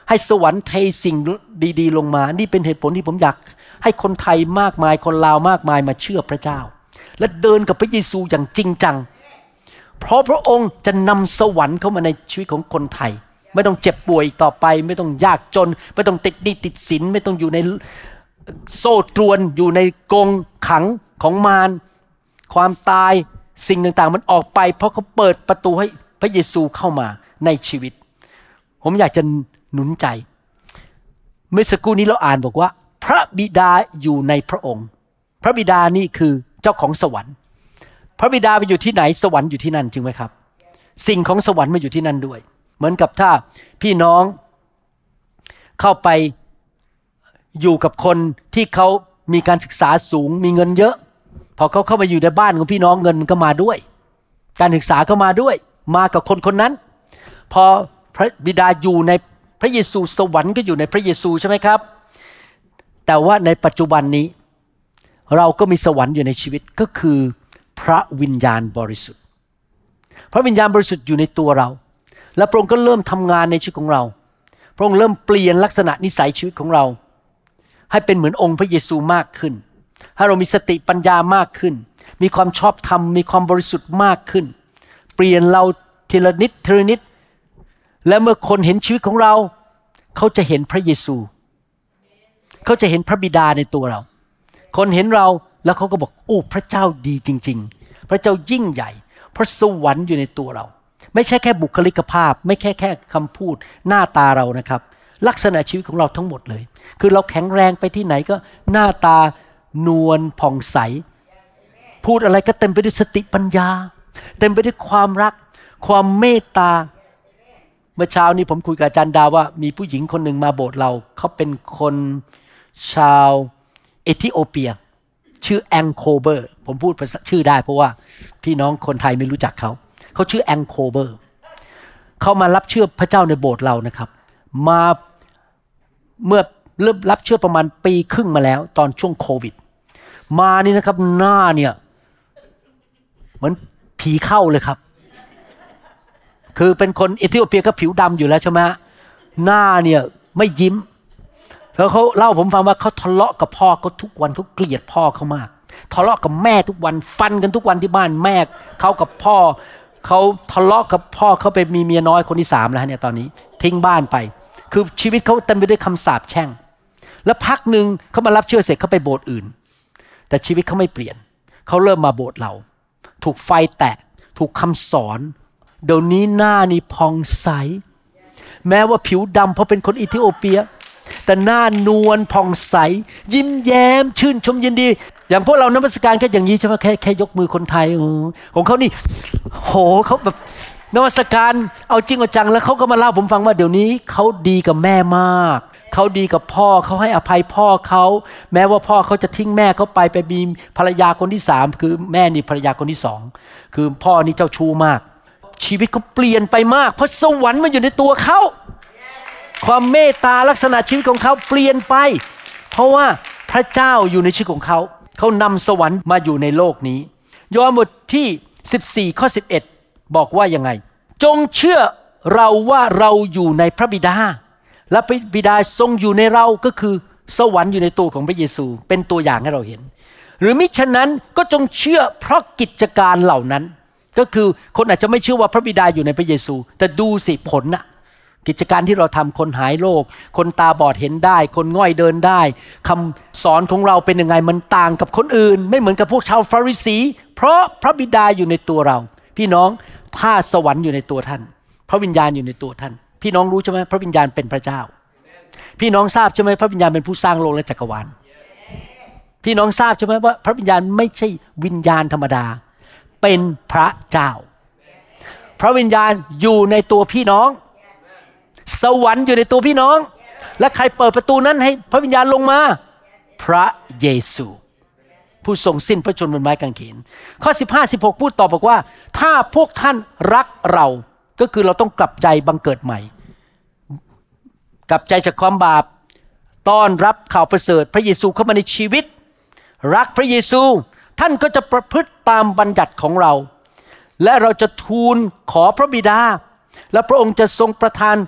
ให้สวรรค์เทสิ่งดีๆลงมานี่เป็นเหตุผลที่ผมอยากให้คนไทยมากมายคนลาวมากมายมาเชื่อพระเจ้าและเดินกับพระเยซูอย่างจริงจังเพราะพระองค์จะนำสวรรค์เข้ามาในชีวิตของคนไทยไม่ต้องเจ็บป่วยอีกต่อไปไม่ต้องยากจนไม่ต้องติดหนี้ติดสินไม่ต้องอยู่ในโซ่ตรวนอยู่ในกรงขังของมารความตายสิ่งต่างๆมันออกไปเพราะเขาเปิดประตูให้พระเยซูเข้ามาในชีวิตผมอยากจะหนุนใจเมื่อสักครู่นี้เราอ่านบอกว่าพระบิดาอยู่ในพระองค์พระบิดานี่คือเจ้าของสวรรค์พระบิดาไปอยู่ที่ไหนสวรรค์อยู่ที่นั่นจริงไหมครับสิ่งของสวรรค์มาอยู่ที่นั่นด้วยเหมือนกับถ้าพี่น้องเข้าไปอยู่กับคนที่เขามีการศึกษาสูงมีเงินเยอะพอเขาเข้ามาอยู่ในบ้านของพี่น้องเงินมันก็มาด้วยการศึกษาก็มาด้วยมากับคนคนนั้นพอพระบิดาอยู่ในพระเยซูสวรรค์ก็อยู่ในพระเยซูใช่ไหมครับแต่ว่าในปัจจุบันนี้เราก็มีสวรรค์อยู่ในชีวิตก็คือพระวิญญาณบริสุทธิ์พระวิญญาณบริสุทธิ์อยู่ในตัวเราและพระองค์ก็เริ่มทำงานในชีวิตของเราพระองค์เริ่มเปลี่ยนลักษณะนิสัยชีวิตของเราให้เป็นเหมือนองค์พระเยซูมากขึ้นให้เรามีสติปัญญามากขึ้นมีความชอบธรรมมีความบริสุทธิ์มากขึ้นเปลี่ยนเราทีละนิดทีละนิดและเมื่อคนเห็นชีวิตของเราเขาจะเห็นพระเยซูเขาจะเห็นพระบิดาในตัวเราคนเห็นเราแล้วเขาก็บอกโอ้พระเจ้าดีจริงๆพระเจ้ายิ่งใหญ่เพราะสวรรค์อยู่ในตัวเราไม่ใช่แค่บุคลิกภาพไม่แค่คำพูดหน้าตาเรานะครับลักษณะชีวิตของเราทั้งหมดเลยคือเราแข็งแรงไปที่ไหนก็หน้าตานวลผ่องใสพูดอะไรก็เต็มไปด้วยสติปัญญาเต็มไปด้วยความรักความเมตตาเมื่อเช้านี้ผมคุยกับอาจารย์ดาว่ามีผู้หญิงคนหนึ่งมาโบสถ์เราเขาเป็นคนชาวเอธิโอเปียชื่อแองโคเบอร์ผมพูดชื่อได้เพราะว่าพี่น้องคนไทยไม่รู้จักเขาชื่อแองโคเบอร์เขามารับเชื่อพระเจ้าในโบสถ์เรานะครับมาเมื่อเริ่มรับเชื่อประมาณปีครึ่งมาแล้วตอนช่วงโควิดมานี่นะครับหน้าเนี่ยเหมือนผีเข้าเลยครับคือเป็นคนเอธิโอเปียก็ผิวดำอยู่แล้วใช่ไหมหน้าเนี่ยไม่ยิ้มแล้วเขาเล่าผมฟังว่าเขาทะเลาะกับพ่อเขาทุกวันเขาเกลียดพ่อเขามากทะเลาะกับแม่ทุกวันฟันกันทุกวันที่บ้านแม่เขากับพ่อเขาทะเลาะกับพ่อเขาไปมีเมียน้อยคนที่3แล้วเนี่ยตอนนี้ทิ้งบ้านไปคือชีวิตเขาเต็มไปด้วยคำสาปแช่งแล้วพักหนึ่งเขามารับเชื่อเสร็จเขาไปโบสถ์อื่นแต่ชีวิตเขาไม่เปลี่ยนเขาเริ่มมาโบสถ์เราถูกไฟแตะถูกคำสอนเดี๋ยวนี้หน้านี่ผ่องใสแม้ว่าผิวดำเพราะเป็นคนเอธิโอเปียแต่หน้านวลผ่องใสยิ้มแย้มชื่นชมยินดีอย่างพวกเรานมัสการแค่อย่างนี้ใช่ไหมแค่ยกมือคนไทยของเขานี่โหเขาแบบนมัสการเอาจริงเอาจังแล้วเขาก็มาเล่าผมฟังว่าเดี๋ยวนี้เขาดีกับแม่มากเขาดีกับพ่อเขาให้อภัยพ่อเขาแม้ว่าพ่อเขาจะทิ้งแม่เขาไปมีภรรยาคนที่3คือแม่นี่ภรรยาคนที่2คือพ่อนี่เจ้าชู้มากชีวิตเขาเปลี่ยนไปมากเพราะสวรรค์มันอยู่ในตัวเขาความเมตตาลักษณะชีวิตของเขาเปลี่ยนไปเพราะว่าพระเจ้าอยู่ในชีวิตของเขาเขานำสวรรค์มาอยู่ในโลกนี้ยอห์นบทที่14ข้อ11บอกว่ายังไงจงเชื่อเราว่าเราอยู่ในพระบิดาและพระบิดาทรงอยู่ในเราก็คือสวรรค์อยู่ในตัวของพระเยซูเป็นตัวอย่างให้เราเห็นหรือมิฉะนั้นก็จงเชื่อเพราะกิจการเหล่านั้นก็คือคนอาจจะไม่เชื่อว่าพระบิดาอยู่ในพระเยซูแต่ดูสิผลน่ะกิจการที่เราทำคนหายโรคคนตาบอดเห็นได้คนง่อยเดินได้คำสอนของเราเป็นยังไงมันต่างกับคนอื่นไม่เหมือนกับพวกชาวฟาริสีเพราะพระบิดาอยู่ในตัวเราพี่น้องถ้าสวรรค์อยู่ในตัวท่านพระวิญญาณอยู่ในตัวท่านพี่น้องรู้ใช่ไหมพระวิญญาณเป็นพระเจ้าพี่น้องทราบใช่ไหมพระวิญญาณเป็นผู้สร้างโลกและจักรวาลพี่น้องทราบใช่ไหมว่าพระวิญญาณไม่ใช่วิญญาณธรรมดาเป็นพระเจ้าพระวิญญาณอยู่ในตัวพี่น้องสวรรค์อยู่ในตัวพี่น้องและใครเปิดประตูนั้นให้พระวิญญาณลงมาพระเยซูผู้ทรงสิ้นพระชนม์บนไม้กางเขนข้อ15-16พูดต่อบอกว่าถ้าพวกท่านรักเราก็คือเราต้องกลับใจบังเกิดใหม่กลับใจจากความบาปต้อนรับข่าวประเสริฐพระเยซูเข้ามาในชีวิตรักพระเยซูท่านก็จะประพฤติตามบัญญัติของเราและเราจะทูลขอพระบิดาและพระองค์จะทรงประทาน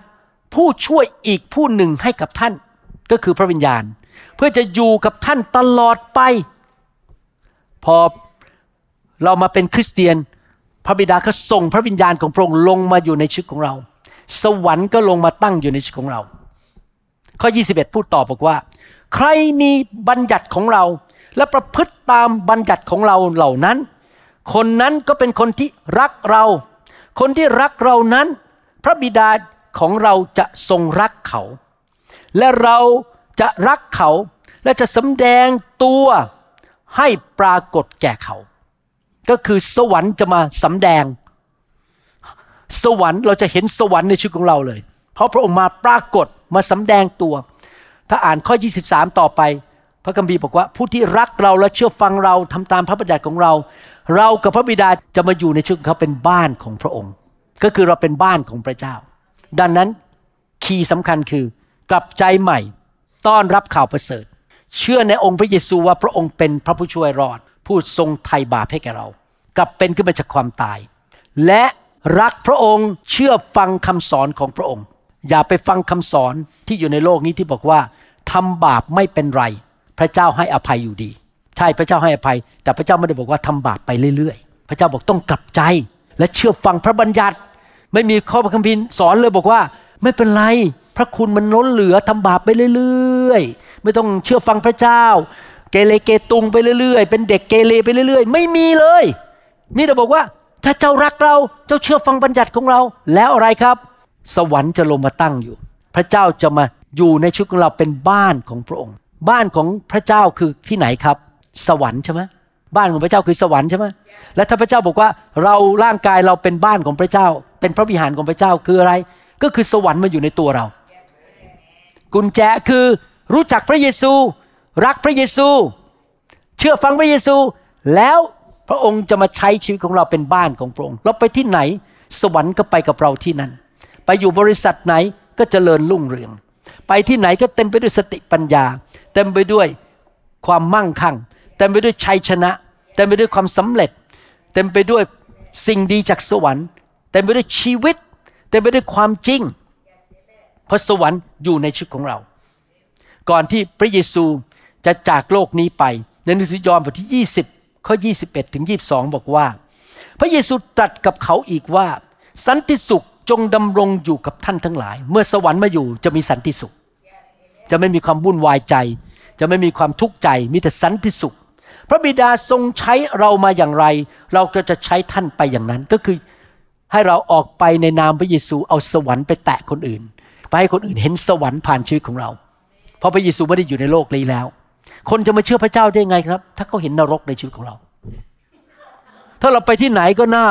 ผู้ช่วยอีกผู้หนึ่งให้กับท่านก็คือพระวิญญาณเพื่อจะอยู่กับท่านตลอดไปพอเรามาเป็นคริสเตียนพระบิดาก็ส่งพระวิญญาณของพระองค์ลงมาอยู่ในชีวิตของเราสวรรค์ก็ลงมาตั้งอยู่ในชีวิตของเราข้อ21พูดต่อบอกว่าใครมีบัญญัติของเราและประพฤติตามบัญญัติของเราเหล่านั้นคนนั้นก็เป็นคนที่รักเราคนที่รักเรานั้นพระบิดาของเราจะทรงรักเขาและเราจะรักเขาและจะสำแดงตัวให้ปรากฏแก่เขาก็คือสวรรค์จะมาสำแดงสวรรค์เราจะเห็นสวรรค์ในชีวิตของเราเลยเพราะพระองค์มาปรากฏมาสำแดงตัวถ้าอ่านข้อ23ต่อไปพระคัมภีร์บอกว่าผู้ที่รักเราและเชื่อฟังเราทำตามพระบัญญัติของเราเรากับพระบิดาจะมาอยู่ในชีวิตของเขาเป็นบ้านของพระองค์ก็คือเราเป็นบ้านของพระเจ้าดังนั้นคีย์สำคัญคือกลับใจใหม่ต้อนรับข่าวประเสริฐเชื่อในองค์พระเยซูว่าพระองค์เป็นพระผู้ช่วยรอดผู้ทรงไถ่บาปให้แก่เรากลับเป็นขึ้นมาจากความตายและรักพระองค์เชื่อฟังคำสอนของพระองค์อย่าไปฟังคำสอนที่อยู่ในโลกนี้ที่บอกว่าทำบาปไม่เป็นไรพระเจ้าให้อภัยอยู่ดีใช่พระเจ้าให้อภัยแต่พระเจ้าไม่ได้บอกว่าทำบาปไปเรื่อยๆพระเจ้าบอกต้องกลับใจและเชื่อฟังพระบัญญัติไม่มีข้อพระคัมภีร์สอนเลยบอกว่าไม่เป็นไรพระคุณมันล้นเหลือทำบาปไปเรื่อยๆไม่ต้องเชื่อฟังพระเจ้าเกเรเกตุงไปเรื่อยๆเป็นเด็กเกเรไปเรื่อยๆไม่มีเลยมีแต่บอกว่าถ้าเจ้ารักเราเจ้าเชื่อฟังบัญญัติของเราแล้วอะไรครับสวรรค์จะลงมาตั้งอยู่พระเจ้าจะมาอยู่ในชีวิตของเราเป็นบ้านของพระองค์บ้านของพระเจ้าคือที่ไหนครับสวรรค์ใช่ไหมบ้านของพระเจ้าคือสวรรค์ใช่ไหมและถ้าพระเจ้าบอกว่าเราร่างกายเราเป็นบ้านของพระเจ้าเป็นพระวิหารของพระเจ้าคืออะไรก็คือสวรรค์มาอยู่ในตัวเรากุญแจคือรู้จักพระเยซูรักพระเยซูเชื่อฟังพระเยซูแล้วพระองค์จะมาใช้ชีวิตของเราเป็นบ้านของพระองค์เราไปที่ไหนสวรรค์ก็ไปกับเราที่นั้นไปอยู่บริษัทไหนก็เจริญรุ่งเรืองไปที่ไหนก็เต็มไปด้วยสติปัญญาเต็มไปด้วยความมั่งคั่งเต็มไปด้วยชัยชนะเต็มไปด้วยความสำเร็จเต็มไปด้วยสิ่งดีจากสวรรค์เต็มไปด้วยชีวิตเต็มไปด้วยความจริงเพราะสวรรค์อยู่ในชีวิตของเราก่อนที่พระเยซูจะจากโลกนี้ไปในหนังสือยอห์นบทที่20ข้อ21ถึง22บอกว่าพระเยซูตรัสกับเขาอีกว่าสันติสุขจงดำรงอยู่กับท่านทั้งหลายเมื่อสวรรค์มาอยู่จะมีสันติสุขจะไม่มีความวุ่นวายใจจะไม่มีความทุกข์ใจมีแต่สันติสุขพระบิดาทรงใช้เรามาอย่างไรเราก็จะใช้ท่านไปอย่างนั้นก็คือให้เราออกไปในนามพระเยซูเอาสวรรค์ไปแตะคนอื่นไปให้คนอื่นเห็นสวรรค์ผ่านชีวิตของเราเพราะพระเยซูไม่ได้อยู่ในโลกนี้แล้วคนจะมาเชื่อพระเจ้าได้ไงครับถ้าเขาเห็นนรกในชีวิตของเราถ้าเราไปที่ไหนก็น่า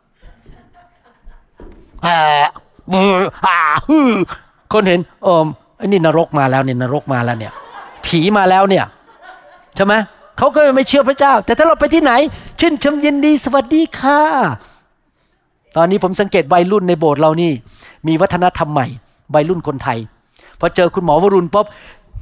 คนเห็นไอ้นี่นรกมาแล้วเนี่ยนรกมาแล้วเนี่ยผีมาแล้วเนี่ยใช่ไหมเขาก็ไม่เชื่อพระเจ้าแต่ถ้าเราไปที่ไหนชื่นชมยินดีสวัสดีค่ะตอนนี้ผมสังเกตวัยรุ่นในโบสถ์เรานี่มีวัฒนธรรมใหม่วัยรุ่นคนไทยพอเจอคุณหมอวรุณปุ๊บ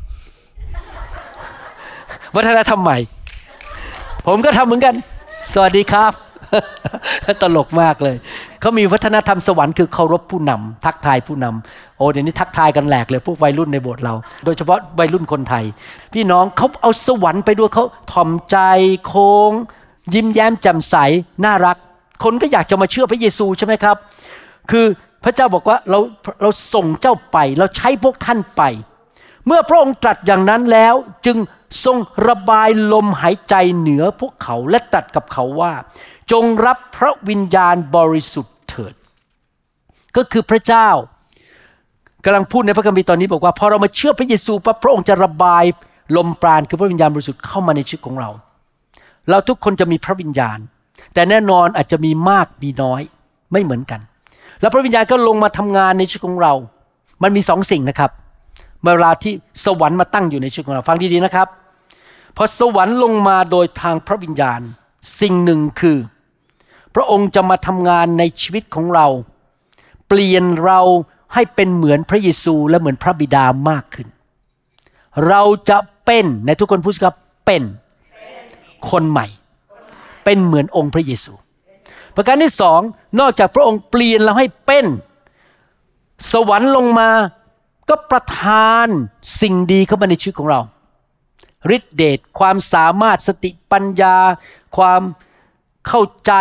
วัฒนธรรมใหม่ผมก็ทำเหมือนกันสวัสดีครับตลกมากเลยเขามีวัฒนธรรมสวรรค์คือเคารพผู้นำทักทายผู้นำโอ้เดี๋ยวนี้ทักทายกันแหลกเลยพวกวัยรุ่นในโบสถ์เราโดยเฉพาะวัยรุ่นคนไทยพี่น้องเขาเอาสวรรค์ไปด้วยเขาถ่อมใจโค้งยิ้มแย้มแจ่มใสน่ารักคนก็อยากจะมาเชื่อพระเยซูใช่ไหมครับคือพระเจ้าบอกว่าเราส่งเจ้าไปเราใช้พวกท่านไปเมื่อพระองค์ตรัสอย่างนั้นแล้วจึงทรงระบายลมหายใจเหนือพวกเขาและตรัสกับเขาว่าจงรับพระวิญญาณบริสุทธิ์เถิดก็คือพระเจ้ากำลังพูดในพระคัมภีร์ตอนนี้บอกว่าพอเรามาเชื่อพระเยซูปั๊บพระองค์จะระบายลมปราณคือพระวิญญาณบริสุทธิ์เข้ามาในชีวิตของเราเราทุกคนจะมีพระวิญญาณแต่แน่นอนอาจจะมีมากมีน้อยไม่เหมือนกันแล้วพระวิญญาณก็ลงมาทำงานในชีวิตของเรามันมี2 สิ่งนะครับเวลาที่สวรรค์มาตั้งอยู่ในชีวิตของเราฟังดีๆนะครับพอสวรรค์ลงมาโดยทางพระวิญญาณสิ่งหนึ่งคือพระองค์จะมาทำงานในชีวิตของเราเปลี่ยนเราให้เป็นเหมือนพระเยซูและเหมือนพระบิดามากขึ้นเราจะเป็นในทุกคนพูดครับเป็นคนใหม่เป็นเหมือนองค์พระเยซูประการที่2นอกจากพระองค์เปลี่ยนเราให้เป็นสวรรค์ลงมาก็ประทานสิ่งดีเข้ามาในชีวิตของเราฤทธิเดชความสามารถสติปัญญาความเข้าใจ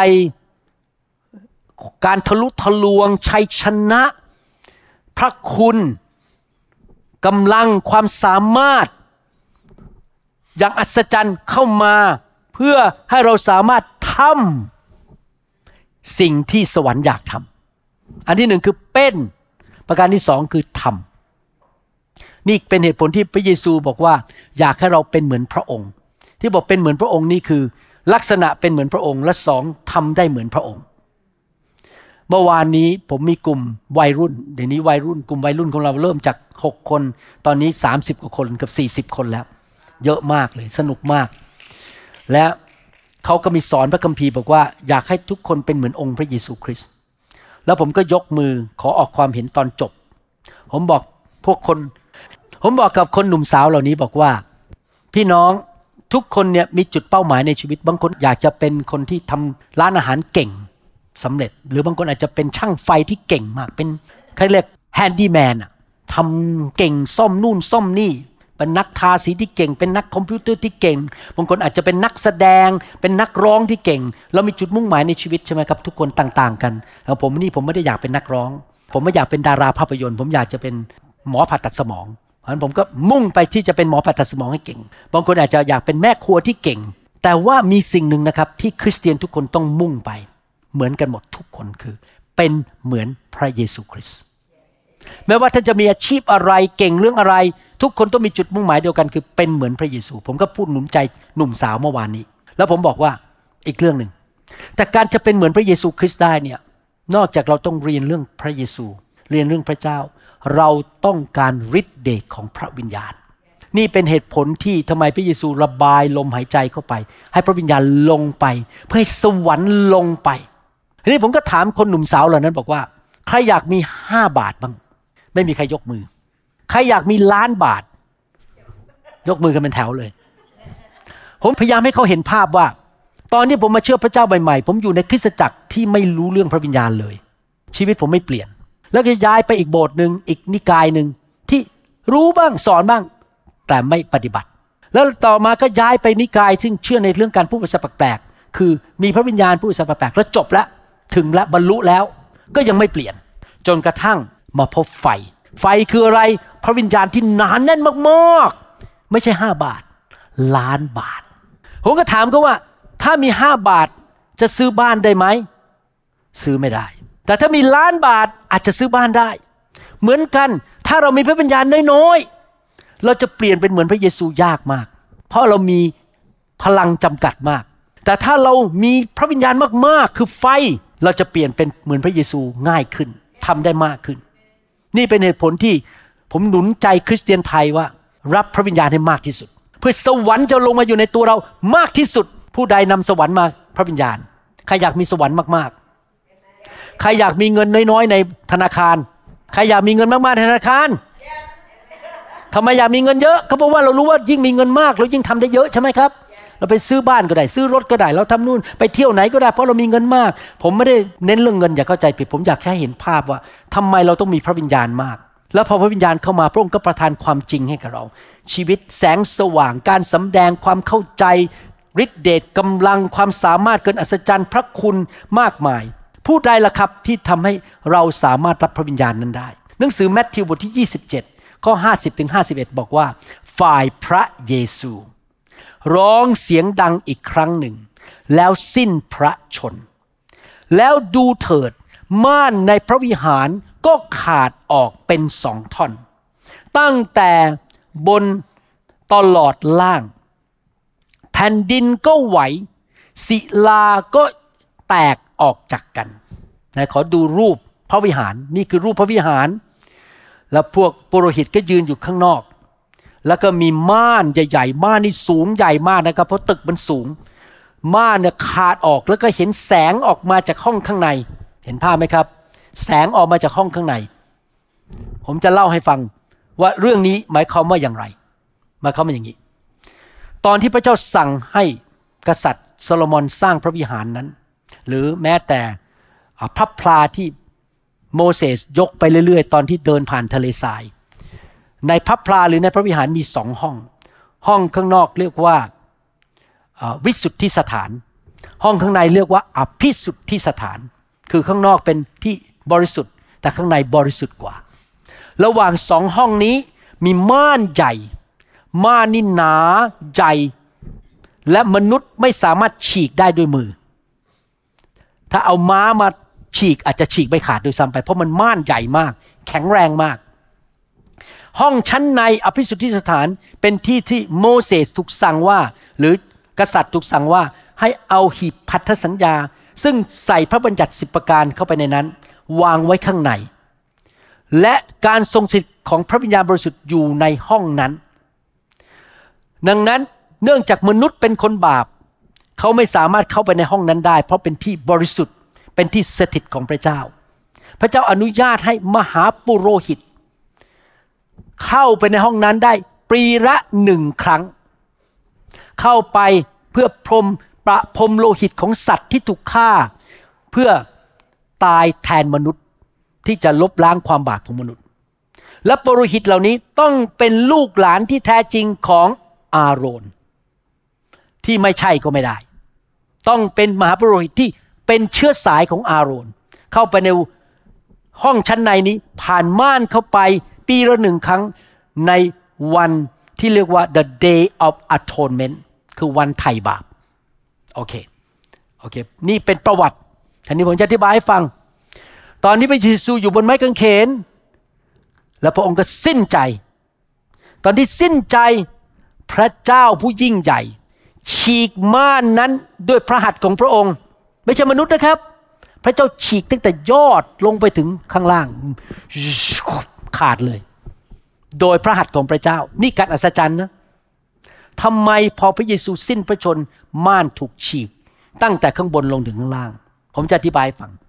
การทะลุทะลวงชัยชนะพระคุณกำลังความสามารถอย่างอัศจรรย์เข้ามาเพื่อให้เราสามารถทำสิ่งที่สวรรค์อยากทำอันที่หนึ่งคือเป็นประการที่สองคือทำนี่เป็นเหตุผลที่พระเยซูบอกว่าอยากให้เราเป็นเหมือนพระองค์ที่บอกเป็นเหมือนพระองค์นี่คือลักษณะเป็นเหมือนพระองค์และสองทำได้เหมือนพระองค์เมื่อวานนี้ผมมีกลุ่มวัยรุ่นเดี๋ยวนี้วัยรุ่นกลุ่มวัยรุ่นของเราเริ่มจาก6คนตอนนี้30กว่าคนกับ40คนแล้วเยอะมากเลยสนุกมากและเขาก็มีสอนพระคัมภีร์บอกว่าอยากให้ทุกคนเป็นเหมือนองค์พระเยซูคริสต์แล้วผมก็ยกมือขอออกความเห็นตอนจบผมบอกกับคนหนุ่มสาวเหล่านี้บอกว่าพี่น้องทุกคนเนี่ยมีจุดเป้าหมายในชีวิตบางคนอยากจะเป็นคนที่ทำร้านอาหารเก่งสำเร็จหรือบางคนอาจจะเป็นช่างไฟที่เก่งมากเป็นเขาเรียกแฮนดี้แมนอะทำเก่งซ่อมนู่นซ่อมนี่เป็นนักทาสีที่เก่งเป็นนักคอมพิวเตอร์ที่เก่งบางคนอาจจะเป็นนักแสดงเป็นนักร้องที่เก่งเรามีจุดมุ่งหมายในชีวิตใช่ไหมครับทุกคนต่างๆกันแล้วผมไม่ได้อยากเป็นนักร้องผมไม่อยากเป็นดาราภาพยนตร์ผมอยากจะเป็นหมอผ่าตัดสมองเพราะฉะนั้นผมก็มุ่งไปที่จะเป็นหมอผ่าตัดสมองให้เก่งบางคนอาจจะอยากเป็นแม่ครัวที่เก่งแต่ว่ามีสิ่งหนึ่งนะครับที่คริสเตียนทุกคนต้องมุ่งไปเหมือนกันหมดทุกคนคือเป็นเหมือนพระเยซูคริสต์ไม่ว่าท่านจะมีอาชีพอะไรเก่งเรื่องอะไรทุกคนต้องมีจุดมุ่งหมายเดียวกันคือเป็นเหมือนพระเยซูผมก็พูดหนุนใจหนุ่มสาวเมื่อวานนี้แล้วผมบอกว่าอีกเรื่องนึงแต่การจะเป็นเหมือนพระเยซูคริสต์ได้เนี่ยนอกจากเราต้องเรียนเรื่องพระเยซูเรียนเรื่องพระเจ้าเราต้องการฤทธิ์เดชของพระวิญญาณนี่เป็นเหตุผลที่ทำไมพระเยซูระบายลมหายใจเข้าไปให้พระวิญญาณลงไปเพื่อให้สวรรค์ลงไปทีนี้ผมก็ถามคนหนุ่มสาวเหล่านั้นบอกว่าใครอยากมี5 บาทบ้างไม่มีใครยกมือใครอยากมี1,000,000 บาทยกมือกันเป็นแถวเลยผมพยายามให้เขาเห็นภาพว่าตอนนี้ผมมาเชื่อพระเจ้าใหม่ๆผมอยู่ในคริสตจักรที่ไม่รู้เรื่องพระวิญญาณเลยชีวิตผมไม่เปลี่ยนแล้วก็ย้ายไปอีกโบสถ์นึงอีกนิกายนึงที่รู้บ้างสอนบ้างแต่ไม่ปฏิบัติแล้วต่อมาก็ย้ายไปนิกายซึ่งเชื่อในเรื่องการพูดภาษาแปลกๆคือมีพระวิญญาณพูดภาษาแปลกๆแล้วจบแล้วถึงแล้วบรรลุแล้วก็ยังไม่เปลี่ยนจนกระทั่งมาพบไฟคืออะไรพระวิญญาณที่หนาแน่นมากๆไม่ใช่5 บาท1,000,000 บาทผมก็ถามเขาว่าถ้ามี5 บาทจะซื้อบ้านได้ไหมซื้อไม่ได้แต่ถ้ามี1,000,000 บาทอาจจะซื้อบ้านได้เหมือนกันถ้าเรามีพระวิญญาณน้อยๆเราจะเปลี่ยนเป็นเหมือนพระเยซูยากมากเพราะเรามีพลังจำกัดมากแต่ถ้าเรามีพระวิญญาณมากๆคือไฟเราจะเปลี่ยนเป็นเหมือนพระเยซูง่ายขึ้นทำได้มากขึ้นนี่เป็นเหตุผลที่ผมหนุนใจคริสเตียนไทยว่ารับพระวิญญาณให้มากที่สุดเพื่อสวรรค์จะลงมาอยู่ในตัวเรามากที่สุดผู้ใดนำสวรรค์มาพระวิญญาณใครอยากมีสวรรค์มากๆใครอยากมีเงินน้อยๆในธนาคารใครอยากมีเงินมากๆในธนาคารทำไมอยากมีเงินเยอะก็เพราะว่าเรารู้ว่ายิ่งมีเงินมากเรายิ่งทำได้เยอะใช่ไหมครับเราไปซื้อบ้านก็ได้ซื้อรถก็ได้เราทำนู่นไปเที่ยวไหนก็ได้เพราะเรามีเงินมากผมไม่ได้เน้นเรื่องเงินอย่าเข้าใจผิดผมอยากแค่เห็นภาพว่าทำไมเราต้องมีพระวิญญาณมากแล้วพอพระวิญญาณเข้ามาพระองค์ก็ประทานความจริงให้กับเราชีวิตแสงสว่างการสำแดงความเข้าใจฤทธิเดชกำลังความสามารถเกินอัศจรรย์พระคุณมากมายผู้ใดล่ะครับที่ทำให้เราสามารถรับพระวิญญาณนั้นได้หนังสือมัทธิวบทที่27ข้อ50ถึง51บอกว่าฝ่ายพระเยซูร้องเสียงดังอีกครั้งหนึ่งแล้วสิ้นพระชนแล้วดูเถิดม่านในพระวิหารก็ขาดออกเป็น2 ท่อนตั้งแต่บนตลอดล่างแผ่นดินก็ไหวศิลาก็แตกออกจากกันนะขอดูรูปพระวิหารนี่คือรูปพระวิหารแล้วพวกปุโรหิตก็ยืนอยู่ข้างนอกแล้วก็มีม่านใหญ่ๆม่านนี่สูงใหญ่มากนะครับเพราะตึกมันสูงม่านเนี่ยขาดออกแล้วก็เห็นแสงออกมาจากห้องข้างในเห็นภาพไหมครับแสงออกมาจากห้องข้างในผมจะเล่าให้ฟังว่าเรื่องนี้หมายความว่าอย่างไรหมายความว่าอย่างนี้ตอนที่พระเจ้าสั่งให้กษัตริย์โซโลมอนสร้างพระวิหารนั้นหรือแม้แต่พระพลาที่โมเสสยกไปเรื่อยๆตอนที่เดินผ่านทะเลทรายในพระพลาหรือในพระวิหารมี2ห้องห้องข้างนอกเรียกว่าวิสุทธิสถานห้องข้างในเรียกว่าอภิสุทธิสถานคือข้างนอกเป็นที่บริสุทธิ์แต่ข้างในบริสุทธิ์กว่าระหว่าง2ห้องนี้มีม่านใหญ่ม่านนี่หนาใหญ่และมนุษย์ไม่สามารถฉีกได้ด้วยมือถ้าเอาม้ามาฉีกอาจจะฉีกไม่ขาดโดยซ้ำไปเพราะมันม่านใหญ่มากแข็งแรงมากห้องชั้นในอภิสุทธิสถานเป็นที่ที่โมเสสถูกสั่งว่าหรือกษัตริย์ถูกสั่งว่าให้เอาหีบพันธสัญญาซึ่งใส่พระบัญญัติ10ประการเข้าไปในนั้นวางไว้ข้างในและการทรงสถิตของพระวิญญาณบริสุทธิ์อยู่ในห้องนั้นดังนั้นเนื่องจากมนุษย์เป็นคนบาปเขาไม่สามารถเข้าไปในห้องนั้นได้เพราะเป็นที่บริสุทธิ์เป็นที่สถิตของพระเจ้าพระเจ้าอนุญาตให้มหาปุโรหิตเข้าไปในห้องนั้นได้ปีละ1 ครั้งเข้าไปเพื่อประพรมโลหิตของสัตว์ที่ถูกฆ่าเพื่อตายแทนมนุษย์ที่จะลบล้างความบาปของมนุษย์และปุโรหิตเหล่านี้ต้องเป็นลูกหลานที่แท้จริงของอาโรนที่ไม่ใช่ก็ไม่ได้ต้องเป็นมหาปุโรหิตที่เป็นเชื้อสายของอาโรนเข้าไปในห้องชั้นในนี้ผ่านม่านเข้าไปปีละ1 ครั้งในวันที่เรียกว่า the day of atonement คือวันไถ่บาปโอเคนี่เป็นประวัติทีนี้ผมจะอธิบายให้ฟังตอนที่พระเยซูอยู่บนไม้กางเขนแล้วพระองค์ก็สิ้นใจตอนที่สิ้นใจพระเจ้าผู้ยิ่งใหญ่ฉีกม่านนั้นด้วยพระหัตถ์ของพระองค์ไม่ใช่มนุษย์นะครับพระเจ้าฉีกตั้งแต่ยอดลงไปถึงข้างล่างขาดเลยโดยพระหัตถ์ของพระเจ้านี่การอัศจรรย์นะทำไมพอพระเยซูสิ้นพระชนม์ม่านถูกฉีกตั้งแต่ข้างบนลงถึงข้างล่างผมจะอธิบายให้ฟัง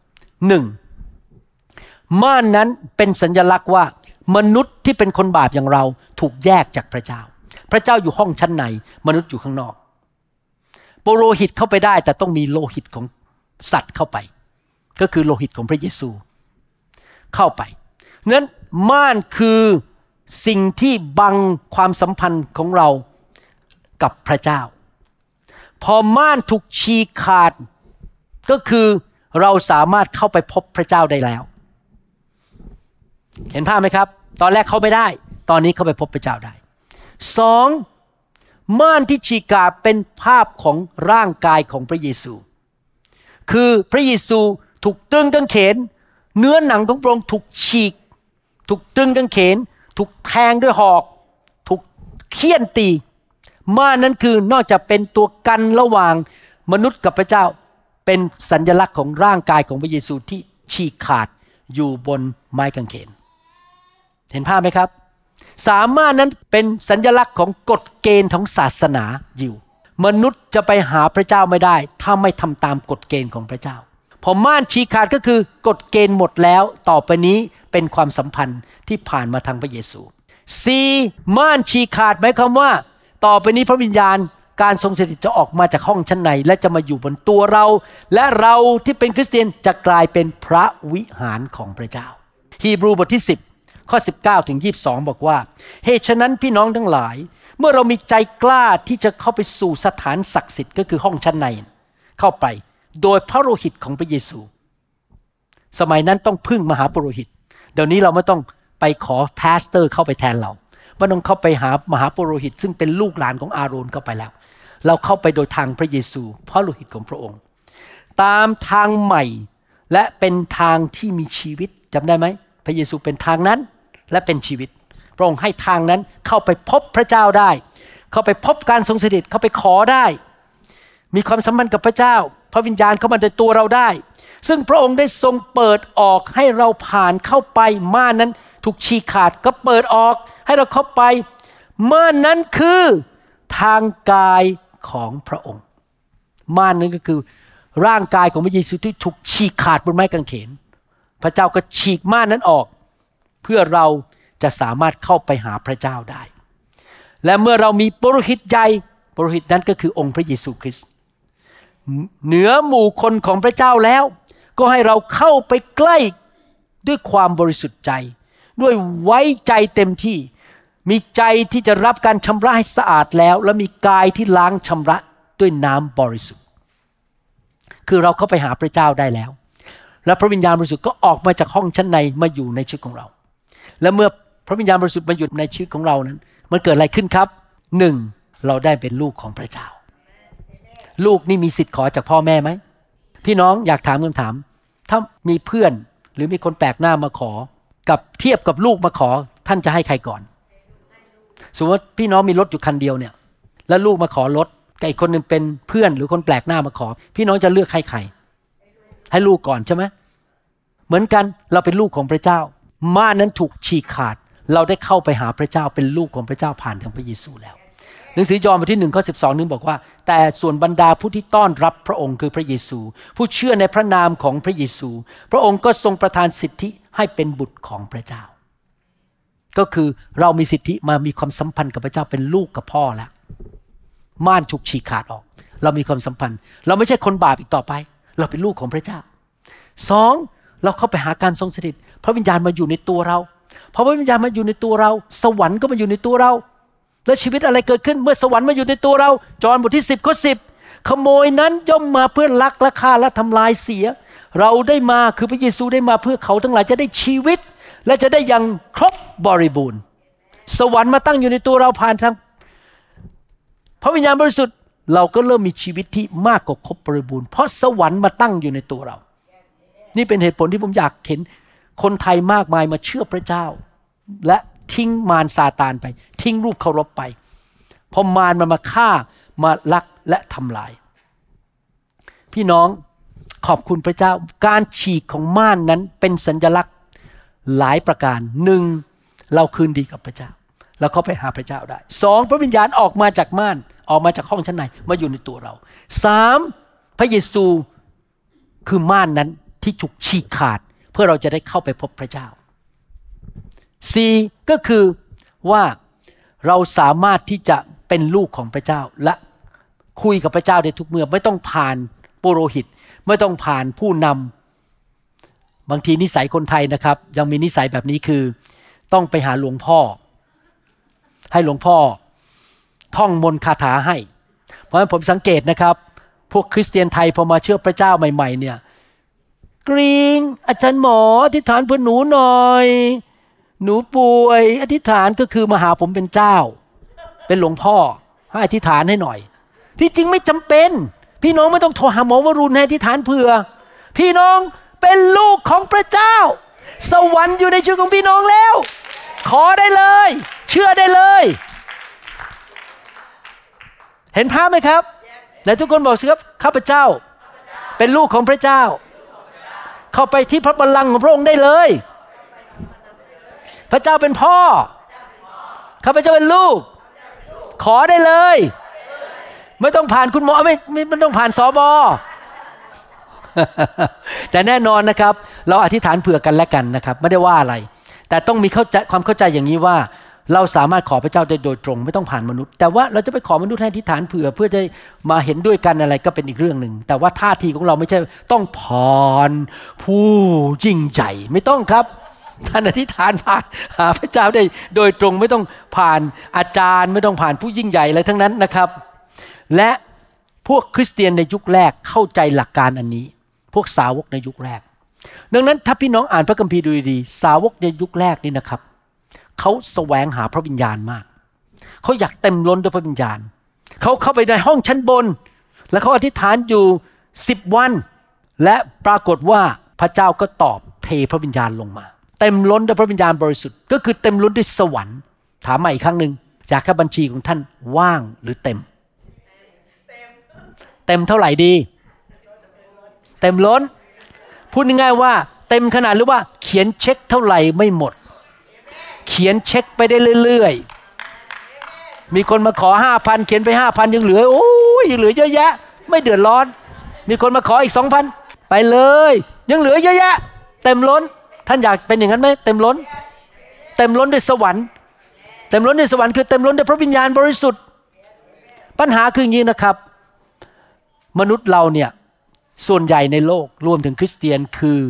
1. ม่านนั้นเป็นสัญลักษณ์ว่ามนุษย์ที่เป็นคนบาปอย่างเราถูกแยกจากพระเจ้าพระเจ้าอยู่ห้องชั้นในมนุษย์อยู่ข้างนอกปุโรหิตเข้าไปได้แต่ต้องมีโลหิตของสัตว์เข้าไปก็คือโลหิตของพระเยซูเข้าไปนั้นม่านคือสิ่งที่บังความสัมพันธ์ของเรากับพระเจ้าพอม่านถูกฉีกขาดก็คือเราสามารถเข้าไปพบพระเจ้าได้แล้วเห็นภาพไหมครับตอนแรกเข้าไม่ได้ตอนนี้เข้าไปพบพระเจ้าได้ 2. ม่านที่ฉีกขาดเป็นภาพของร่างกายของพระเยซูคือพระเยซูถูกตรึงกางเขนเนื้อหนังของพระองค์ถูกฉีกถูกตรึงกางเขนถูกแทงด้วยหอกถูกเฆี่ยนตีม่านนั้นคือนอกจากเป็นตัวกันระหว่างมนุษย์กับพระเจ้าเป็นสัญลักษณ์ของร่างกายของพระเยซูที่ฉีกขาดอยู่บนไม้กางเขนเห็นภาพไหมครับสามารถนั้นเป็นสัญลักษณ์ของกฎเกณฑ์ของศาสนาอยู่มนุษย์จะไปหาพระเจ้าไม่ได้ถ้าไม่ทำตามกฎเกณฑ์ของพระเจ้าพอม่านฉีกขาดก็คือกฎเกณฑ์หมดแล้วต่อไปนี้เป็นความสัมพันธ์ที่ผ่านมาทางพระเยซู 4. ม่านฉีกขาดหมายความว่าต่อไปนี้พระวิญญาณการทรงสถิตจะออกมาจากห้องชั้นในและจะมาอยู่บนตัวเราและเราที่เป็นคริสเตียนจะกลายเป็นพระวิหารของพระเจ้าฮีบรูบทที่10ข้อ19ถึง22บอกว่าเหตุฉะนั้นพี่น้องทั้งหลายเมื่อเรามีใจกล้าที่จะเข้าไปสู่สถานศักดิ์สิทธิ์ก็คือห้องชั้นในเข้าไปโดยพระโลหิตของพระเยซูสมัยนั้นต้องพึ่งมหาปุโรหิตเดี๋ยวนี้เราไม่ต้องไปขอพาสเตอร์เข้าไปแทนเราไม่ต้องเข้าไปหามหาปุโรหิตซึ่งเป็นลูกหลานของอาโรนเข้าไปแล้วเราเข้าไปโดยทางพระเยซูพระโลหิตของพระองค์ตามทางใหม่และเป็นทางที่มีชีวิตจำได้ไหมพระเยซูเป็นทางนั้นและเป็นชีวิตพระองค์ให้ทางนั้นเข้าไปพบพระเจ้าได้เข้าไปพบการทรงสถิตเข้าไปขอได้มีความสัมพันธ์กับพระเจ้าพระวิญญาณเข้ามาในตัวเราได้ซึ่งพระองค์ได้ทรงเปิดออกให้เราผ่านเข้าไปม่านนั้นถูกฉีกขาดก็เปิดออกให้เราเข้าไปม่านนั้นคือทางกายของพระองค์ม่านนั้นก็คือร่างกายของพระเยซูที่ถูกฉีกขาดบนไม้กางเขนพระเจ้าก็ฉีกม่านนั้นออกเพื่อเราจะสามารถเข้าไปหาพระเจ้าได้และเมื่อเรามีปุโรหิตใหญ่ปุโรหิตนั้นก็คือองค์พระเยซูคริสต์เหนือหมู่คนของพระเจ้าแล้วก็ให้เราเข้าไปใกล้ด้วยความบริสุทธิ์ใจด้วยไว้ใจเต็มที่มีใจที่จะรับการชำระให้สะอาดแล้วและมีกายที่ล้างชำระด้วยน้ำบริสุทธิ์คือเราเข้าไปหาพระเจ้าได้แล้วและพระวิญญาณบริสุทธิ์ก็ออกมาจากห้องชั้นในมาอยู่ในชีวิตของเราและเมื่อพระวิญญาณบริสุทธิ์มาอยู่ในชีวิตของเรานั้นมันเกิดอะไรขึ้นครับ1เราได้เป็นลูกของพระเจ้าลูกนี่มีสิทธิ์ขอจากพ่อแม่ไหมพี่น้องอยากถามคำถามถ้ามีเพื่อนหรือมีคนแปลกหน้ามาขอกับเทียบกับลูกมาขอท่านจะให้ใครก่อนสมมติว่าพี่น้องมีรถอยู่คันเดียวเนี่ยแล้วลูกมาขอรถกับอีกคนนึงเป็นเพื่อนหรือคนแปลกหน้ามาขอพี่น้องจะเลือกให้ใครให้ลูกก่อนใช่ไหมเหมือนกันเราเป็นลูกของพระเจ้าม่านนั้นถูกฉีกขาดเราได้เข้าไปหาพระเจ้าเป็นลูกของพระเจ้าผ่านทางพระเยซูแล้วหนังสือยอห์นบทที่1ข้อ12นึงบอกว่าแต่ส่วนบรรดาผู้ที่ต้อนรับพระองค์คือพระเยซูผู้เชื่อในพระนามของพระเยซูพระองค์ก็ทรงประทานสิทธิให้เป็นบุตรของพระเจ้าก็คือเรามีสิทธิมามีความสัมพันธ์กับพระเจ้าเป็นลูกกับพ่อแล้วม่านถูกฉีกขาดออกเรามีความสัมพันธ์เราไม่ใช่คนบาปอีกต่อไปเราเป็นลูกของพระเจ้า2เราเข้าไปหาการทรงสถิตพระวิญญาณมาอยู่ในตัวเราพอพระวิญญาณมาอยู่ในตัวเราสวรรค์ก็มาอยู่ในตัวเราและชีวิตอะไรเกิดขึ้นเมื่อสวรรค์มาอยู่ในตัวเราจอห์นบทที่10ข้อ10ขโมยนั้นย่อมมาเพื่อลักและฆ่าและทำลายเสียเราได้มาคือพระเยซูได้มาเพื่อเขาทั้งหลายจะได้ชีวิตและจะได้อย่างครบบริบูรณ์สวรรค์มาตั้งอยู่ในตัวเราผ่านทางพระวิญญาณบริสุทธิ์เราก็เริ่มมีชีวิตที่มากกว่าครบบริบูรณ์เพราะสวรรค์มาตั้งอยู่ในตัวเรานี่เป็นเหตุผลที่ผมอยากเห็นคนไทยมากมายมาเชื่อพระเจ้าและทิ้งมารซาตานไปทิ้งรูปเคารพไปพอมารมันมาฆ่ามาลักและทำลายพี่น้องขอบคุณพระเจ้าการฉีกของม่านนั้นเป็นสัญลักษณ์หลายประการ1เราคืนดีกับพระเจ้าเราเข้าไปหาพระเจ้าได้2พระวิญญาณออกมาจากม่านออกมาจากห้องชั้นในมาอยู่ในตัวเรา3พระเยซูคือม่านนั้นที่ถูกฉีกขาดเพื่อเราจะได้เข้าไปพบพระเจ้า4ก็คือว่าเราสามารถที่จะเป็นลูกของพระเจ้าและคุยกับพระเจ้าได้ทุกเมื่อไม่ต้องผ่านปุโรหิตไม่ต้องผ่านผู้นำบางทีนิสัยคนไทยนะครับยังมีนิสัยแบบนี้คือต้องไปหาหลวงพ่อให้หลวงพ่อท่องมนต์คาถาให้เพราะฉะนั้นผมสังเกตนะครับพวกคริสเตียนไทยพอมาเชื่อพระเจ้าใหม่ๆเนี่ยกรี๊งอาจารย์หมออธิษฐานเพื่อหนูหน่อยหนูป่วยอธิษฐานก็คือมาหาผมเป็นเจ้าเป็นหลวงพ่อให้อธิษฐานให้หน่อยที่จริงไม่จำเป็นพี่น้องไม่ต้องโทรหาหมอวรุณให้อธิษฐานเผื่อพี่น้องเป็นลูกของพระเจ้าสวรรค์อยู่ในชีวิตของพี่น้องแล้วขอได้เลยเชื่อได้เลยเห็นภาพไหมครับไหนทุกคนบอกสิครับข้าพเจ้าเป็นลูกของพระเจ้าเข้าไปที่พระบัลลังก์ของพระองค์ได้เลยพระเจ้าเป็นพ่อข้าพเจ้าเป็นลูกขอได้เลยไม่ต้องผ่านคุณหมอไม่ต้องผ่านสบแต่แน่นอนนะครับเราอธิษฐานเผื่อกันและกันนะครับไม่ได้ว่าอะไรแต่ต้องมีความเข้าใจอย่างนี้ว่าเราสามารถขอพระเจ้าได้โดยตรงไม่ต้องผ่านมนุษย์แต่ว่าเราจะไปขอมนุษย์ให้อธิษฐานเผื่อจะมาเห็นด้วยกันอะไรก็เป็นอีกเรื่องนึงแต่ว่าท่าทีของเราไม่ใช่ต้องผ่านผู้ยิ่งใหญ่ไม่ต้องครับท่านอธิษฐานผ่านหาพระเจ้าได้โดยตรงไม่ต้องผ่านอาจารย์ไม่ต้องผ่านผู้ยิ่งใหญ่อะไรทั้งนั้นนะครับและพวกคริสเตียนในยุคแรกเข้าใจหลักการอันนี้พวกสาวกในยุคแรกดังนั้นถ้าพี่น้องอ่านพระคัมภีร์ดูดีๆสาวกในยุคแรกนี่นะครับเขาแสวงหาพระวิญญาณมากเขาอยากเต็มล้นด้วยพระวิญญาณเขาเข้าไปในห้องชั้นบนและเขาอธิษฐานอยู่10วันและปรากฏว่าพระเจ้าก็ตอบเทพระวิญญาณลงมาเต็มล้นด้วยพระวิญญาณบริสุทธิ์ก็คือเต็มล้นด้วยสวรรค์ถามใหม่อีกครั้งนึงอยากให้บัญชีของท่านว่างหรือเต็มเท่าไหร่ดีเต็มล้นพูดง่ายๆว่าเต็มขนาดหรือว่าเขียนเช็คเท่าไหร่ไม่หมดเขียนเช็คไปได้เรื่อยๆมีคนมาขอ 5,000 เขียนไป 5,000 ยังเหลือโอ้ยยังเหลือเยอะแยะไม่เดือดร้อนมีคนมาขออีก 2,000 ไปเลยยังเหลือเยอะแยะเต็มล้นท่านอยากเป็นอย่างนั้นไหมเต็มล้นด้วยสวรรค์เต็มล้นด้วยสวรรค์คือเต็มล้นด้วยพระวิญญาณบริสุทธิ์ปัญหาคืออย่างนี้นะครับมนุษย์เราเนี่ยส่วนใหญ่ในโลกรวมถึงคริสเตียนคือ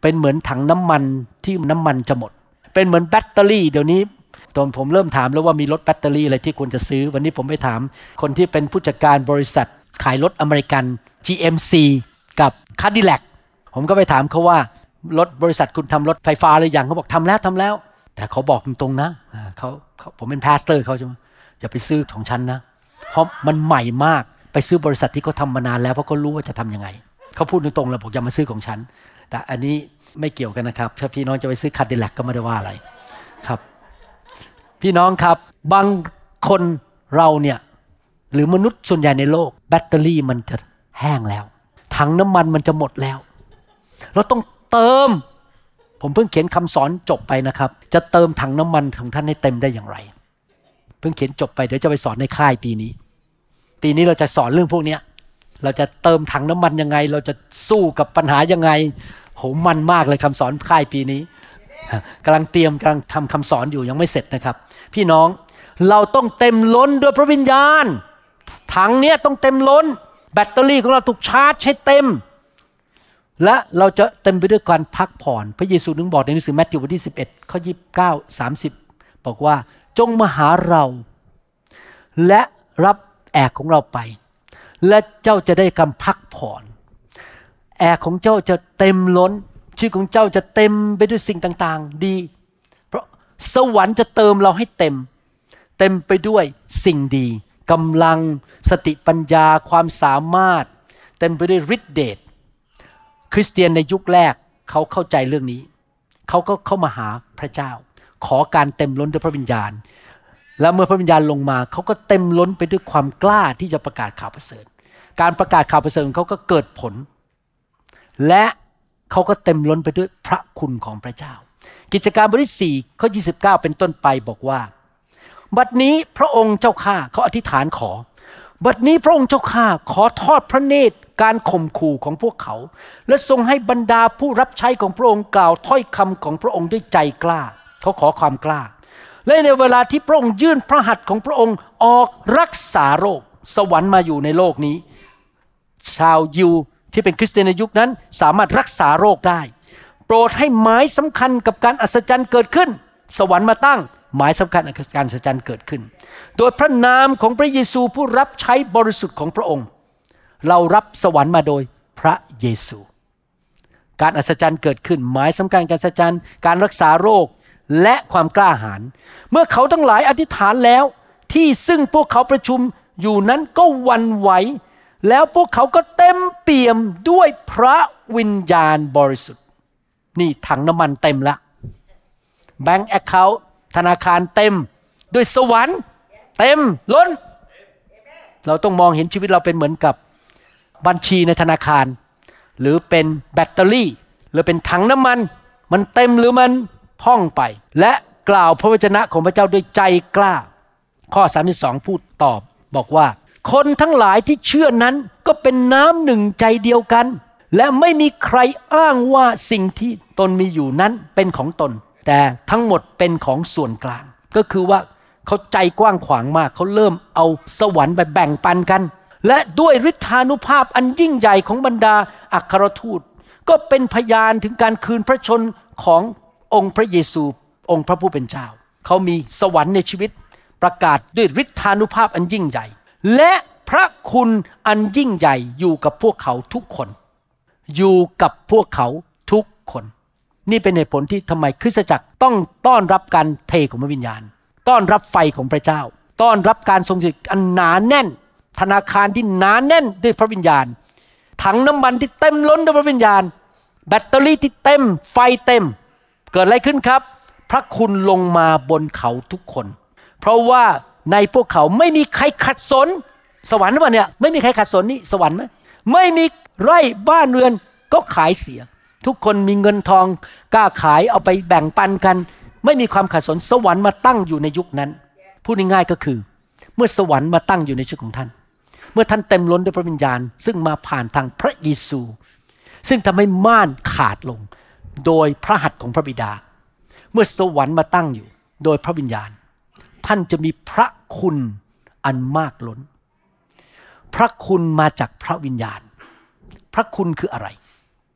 เป็นเหมือนถังน้ำมันที่น้ำมันจะหมดเป็นเหมือนแบตเตอรี่เดี๋ยวนี้ตอนผมเริ่มถามแล้วว่ามีรถแบตเตอรี่อะไรที่ควรจะซื้อวันนี้ผมไปถามคนที่เป็นผู้จัดการบริษัทขายรถอเมริกัน GMC กับ Cadillac ผมก็ไปถามเขาว่ารถบริษัทคุณทำรถไฟฟ้าหรือยังเขาบอกทำแล้วแต่เขาบอกตรงๆนะเขาผมเป็นพาสเตอร์เขาใช่ไหมอย่าไปซื้อของฉันนะเพราะมันใหม่มากไปซื้อบริษัทที่เขาทำมานานแล้วเพราะเขารู้ว่าจะทำยังไงเขาพูดตรงๆแล้วบอกอย่ามาซื้อของฉันแต่อันนี้ไม่เกี่ยวกันนะครับถ้าพี่น้องจะไปซื้อ Cadillac ก็ไม่ได้ว่าอะไรครับพี่น้องครับบางคนเราเนี่ยหรือมนุษย์ส่วนใหญ่ในโลกแบตเตอรี่มันจะแห้งแล้วถังน้ำมันมันจะหมดแล้วเราต้องเติมผมเพิ่งเขียนคำสอนจบไปนะครับจะเติมถังน้ำมันของท่านให้เต็มได้อย่างไรเพิ่งเขียนจบไปเดี๋ยวจะไปสอนในค่ายปีนี้เราจะสอนเรื่องพวกนี้เราจะเติมถังน้ำมันยังไงเราจะสู้กับปัญหายังไงโหมันมากเลยคำสอนค่ายปีนี้กำลังทำคำสอนอยู่ยังไม่เสร็จนะครับพี่น้องเราต้องเต็มล้นด้วยพระวิญญาณถังเนี้ยต้องเต็มล้นแบตเตอรี่ของเราถูกชาร์จให้เต็มและเราจะเต็มไปด้วยการพักผ่อนพระเยซูนึงบอกในหนังสือมัทธิวบทที่11ข้อ29 30บอกว่าจงมาหาเราและรับแอกของเราไปและเจ้าจะได้การพักผ่อนแอกของเจ้าจะเต็มล้นชีวิตของเจ้าจะเต็มไปด้วยสิ่งต่างๆดีเพราะสวรรค์จะเติมเราให้เต็มไปด้วยสิ่งดีกำลังสติปัญญาความสามารถเต็มไปด้วยฤทธิเดชคริสเตียนในยุคแรกเขาเข้าใจเรื่องนี้เขาก็เข้ามาหาพระเจ้าขอการเต็มล้นด้วยพระวิญญาณแล้วเมื่อพระวิญญาณลงมาเขาก็เต็มล้นไปด้วยความกล้าที่จะประกาศข่าวประเสริฐการประกาศข่าวประเสริฐของเขาก็เกิดผลและเขาก็เต็มล้นไปด้วยพระคุณของพระเจ้ากิจการบทที่4ข้อ29เป็นต้นไปบอกว่าบัดนี้พระองค์เจ้าข้าเขาอธิษฐานขอบัดนี้พระองค์เจ้าข้าขอทอดพระเนตรการข่มขู่ของพวกเขาและทรงให้บรรดาผู้รับใช้ของพระองค์กล่าวถ้อยคำของพระองค์ด้วยใจกล้าเขาขอความกล้าและในเวลาที่พระองค์ยื่นพระหัตถ์ของพระองค์ออกรักษาโรคสวรรค์มาอยู่ในโลกนี้ชาวยิวที่เป็นคริสเตียนในยุคนั้นสามารถรักษาโรคได้โปรดให้หมายสำคัญกับการอัศจรรย์เกิดขึ้นสวรรค์มาตั้งหมายสำคัญการอัศจรรย์เกิดขึ้นโดยพระนามของพระเยซูผู้รับใช้บริสุทธิ์ของพระองค์เรารับสวรรค์มาโดยพระเยซูการอัศจรรย์เกิดขึ้นหมายสำคัญการอัศจรรย์การรักษาโรคและความกล้าหาญเมื่อเขาทั้งหลายอธิษฐานแล้วที่ซึ่งพวกเขาประชุมอยู่นั้นก็หวั่นไหวแล้วพวกเขาก็เต็มเปี่ยมด้วยพระวิญญาณบริสุทธิ์นี่ถังน้ำมันเต็มละแบงก์แอคเคาท์ธนาคารเต็มด้วยสวรรค์เต็มล้นเราต้องมองเห็นชีวิตเราเป็นเหมือนกับบัญชีในธนาคารหรือเป็นแบตเตอรี่หรือเป็นถังน้ำมันเต็มหรือมันพร่องไปและกล่าวพระวจนะของพระเจ้าด้วยใจกล้าข้อ32พูดตอบบอกว่าคนทั้งหลายที่เชื่อนั้นก็เป็นน้ำหนึ่งใจเดียวกันและไม่มีใครอ้างว่าสิ่งที่ตนมีอยู่นั้นเป็นของตนแต่ทั้งหมดเป็นของส่วนกลางก็คือว่าเขาใจกว้างขวางมากเขาเริ่มเอาสวรรค์ไปแบ่งปันกันและด้วยฤทธานุภาพอันยิ่งใหญ่ของบรรดาอัครทูตก็เป็นพยานถึงการคืนพระชนขององค์พระเยซูองค์พระผู้เป็นเจ้าเขามีสวรรค์ในชีวิตประกาศด้วยฤทธานุภาพอันยิ่งใหญ่และพระคุณอันยิ่งใหญ่อยู่กับพวกเขาทุกคนอยู่กับพวกเขาทุกคนนี่เป็นเหตุผลที่ทำไมคริสตจักรต้องต้อนรับการเทของพระวิญญาณต้อนรับไฟของพระเจ้าต้อนรับการทรงสถิตอันหนาแน่นธนาคารที่หนาแน่นด้วยพระวิญญาณถังน้ำมันที่เต็มล้นด้วยพระวิญญาณแบตเตอรี่ที่เต็มไฟเต็มเกิดอะไรขึ้นครับพระคุณลงมาบนเขาทุกคนเพราะว่าในพวกเขาไม่มีใครขัดสนสวรรค์ป่ะเนี่ยไม่มีใครขัดสนนี่สวรรค์ไหมไม่มีไร่บ้านเรือนก็ขายเสียทุกคนมีเงินทองกล้าขายเอาไปแบ่งปันกันไม่มีความขัดสนสวรรค์มาตั้งอยู่ในยุคนั้นพูดง่ายๆก็คือเมื่อสวรรค์มาตั้งอยู่ในชีวิตของท่านเมื่อท่านเต็มล้นด้วยพระวิญญาณซึ่งมาผ่านทางพระเยซูซึ่งทำให้ม่านขาดลงโดยพระหัตถ์ของพระบิดาเมื่อสวรรค์มาตั้งอยู่โดยพระวิญญาณท่านจะมีพระคุณอันมากล้นพระคุณมาจากพระวิญญาณพระคุณคืออะไร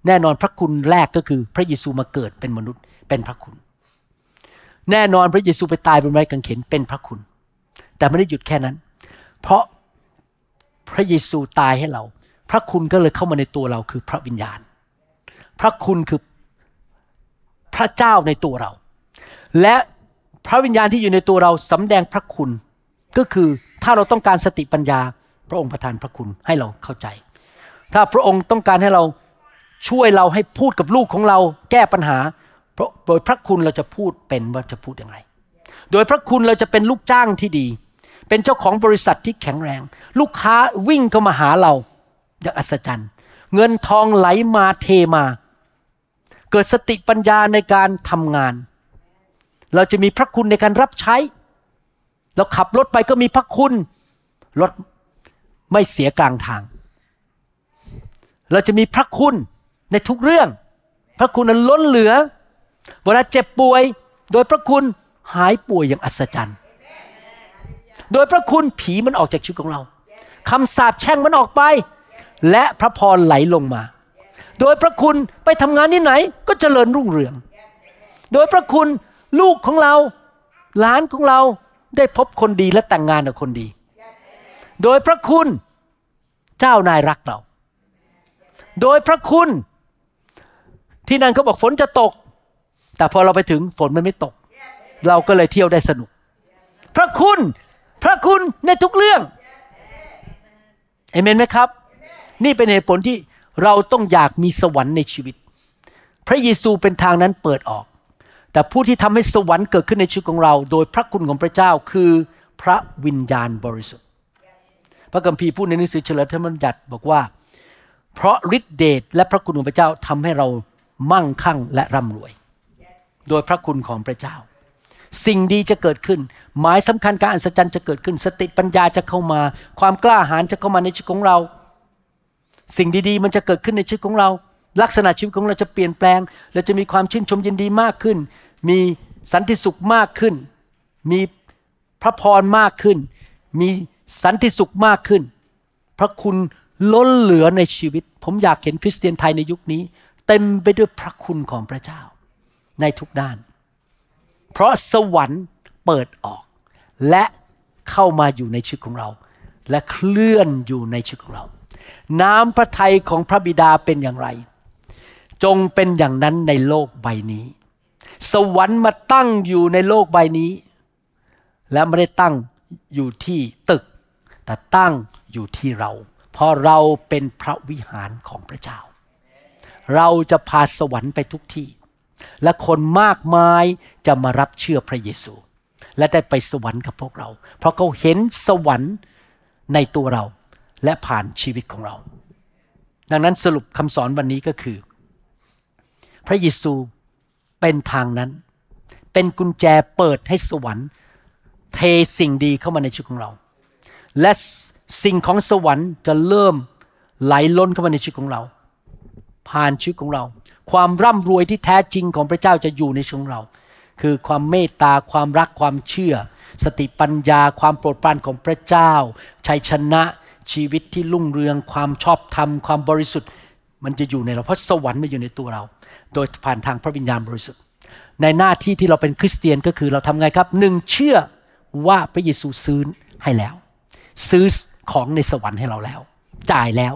แน่นอนพระคุณแรกก็คือพระเยซูมาเกิดเป็นมนุษย์เป็นพระคุณแน่นอนพระเยซูไปตายบนไม้กางเขนเป็นพระคุณแต่ไม่ได้หยุดแค่นั้นเพราะพระเยซูตายให้เราพระคุณก็เลยเข้ามาในตัวเราคือพระวิญญาณพระคุณคือพระเจ้าในตัวเราและพระวิญญาณที่อยู่ในตัวเราสำแดงพระคุณก็คือถ้าเราต้องการสติปัญญาพระองค์ประทานพระคุณให้เราเข้าใจถ้าพระองค์ต้องการให้เราช่วยเราให้พูดกับลูกของเราแก้ปัญหาโดยพระคุณเราจะพูดเป็นว่าจะพูดอย่างไรโดยพระคุณเราจะเป็นลูกจ้างที่ดีเป็นเจ้าของบริษัทที่แข็งแรงลูกค้าวิ่งเข้ามาหาเราอย่างอัศจรรย์เงินทองไหลมาเทมาเกิดสติปัญญาในการทำงานเราจะมีพระคุณในการรับใช้เราขับรถไปก็มีพระคุณรถไม่เสียกลางทางเราจะมีพระคุณในทุกเรื่องพระคุณนั้นล้นเหลือเวลาเจ็บป่วยโดยพระคุณหายป่วยอย่างอัศจรรย์โดยพระคุณผีมันออกจากชีวิตของเราคำสาปแช่งมันออกไปและพระพรไหลลงมาโดยพระคุณไปทำงานที่ไหนก็เจริญรุ่งเรืองโดยพระคุณลูกของเราหลานของเราได้พบคนดีและแต่งงานกับคนดีโดยพระคุณเจ้านายรักเราโดยพระคุณที่นั่นเขาบอกฝนจะตกแต่พอเราไปถึงฝนมันไม่ตกเราก็เลยเที่ยวได้สนุกพระคุณในทุกเรื่องเอเมนไหมครับนี่เป็นเหตุผลที่เราต้องอยากมีสวรรค์ในชีวิตพระเยซูเป็นทางนั้นเปิดออกแต่ผู้ที่ทำให้สวรรค์เกิดขึ้นในชีวิตของเราโดยพระคุณของพระเจ้าคือพระวิญญาณบริสุทธิ์พระคัมภีร์พูดในหนังสือเฉลิมพระบัญญัติบอกว่าเพราะฤทธิเดชและพระคุณของพระเจ้าทำให้เรามั่งคั่งและร่ำรวยโดยพระคุณของพระเจ้าสิ่งดีจะเกิดขึ้นหมายสำคัญการอัศจรรย์จะเกิดขึ้นสติปัญญาจะเข้ามาความกล้าหาญจะเข้ามาในชีวิตของเราสิ่งดีๆมันจะเกิดขึ้นในชีวิตของเราลักษณะชีวิตของเราจะเปลี่ยนแปลงเราจะมีความชื่นชมยินดีมากขึ้นมีสันติสุขมากขึ้นมีพระพรมากขึ้นมีสันติสุขมากขึ้นพระคุณล้นเหลือในชีวิตผมอยากเห็นคริสเตียนไทยในยุคนี้เต็มไปด้วยพระคุณของพระเจ้าในทุกด้านเพราะสวรรค์เปิดออกและเข้ามาอยู่ในชีวิตของเราและเคลื่อนอยู่ในชีวิตของเราน้ำพระทัยของพระบิดาเป็นอย่างไรจงเป็นอย่างนั้นในโลกใบนี้สวรรค์มาตั้งอยู่ในโลกใบนี้และไม่ได้ตั้งอยู่ที่ตึกแต่ตั้งอยู่ที่เราเพราะเราเป็นพระวิหารของพระเจ้าเราจะพาสวรรค์ไปทุกที่และคนมากมายจะมารับเชื่อพระเยซูและได้ไปสวรรค์กับพวกเราเพราะเขาเห็นสวรรค์ในตัวเราและผ่านชีวิตของเราดังนั้นสรุปคำสอนวันนี้ก็คือพระเยซูเป็นทางนั้นเป็นกุญแจเปิดให้สวรรค์เทสิ่งดีเข้ามาในชีวิตของเราและสิ่งของสวรรค์จะเริ่มไหลล้นเข้ามาในชีวิตของเราผ่านชีวิตของเราความร่ำรวยที่แท้จริงของพระเจ้าจะอยู่ในชีวิตของเราคือความเมตตาความรักความเชื่อสติปัญญาความโปรดปรานของพระเจ้าชัยชนะชีวิตที่รุ่งเรืองความชอบธรรมความบริสุทธิ์มันจะอยู่ในเราเพราะสวรรค์มันอยู่ในตัวเราโดยผ่านทางพระวิญญาณบริสุทธิ์ในหน้าที่ที่เราเป็นคริสเตียนก็คือเราทำไงครับ1เชื่อว่าพระเยซูซื้อให้แล้วซื้อของในสวรรค์ให้เราแล้วจ่ายแล้ว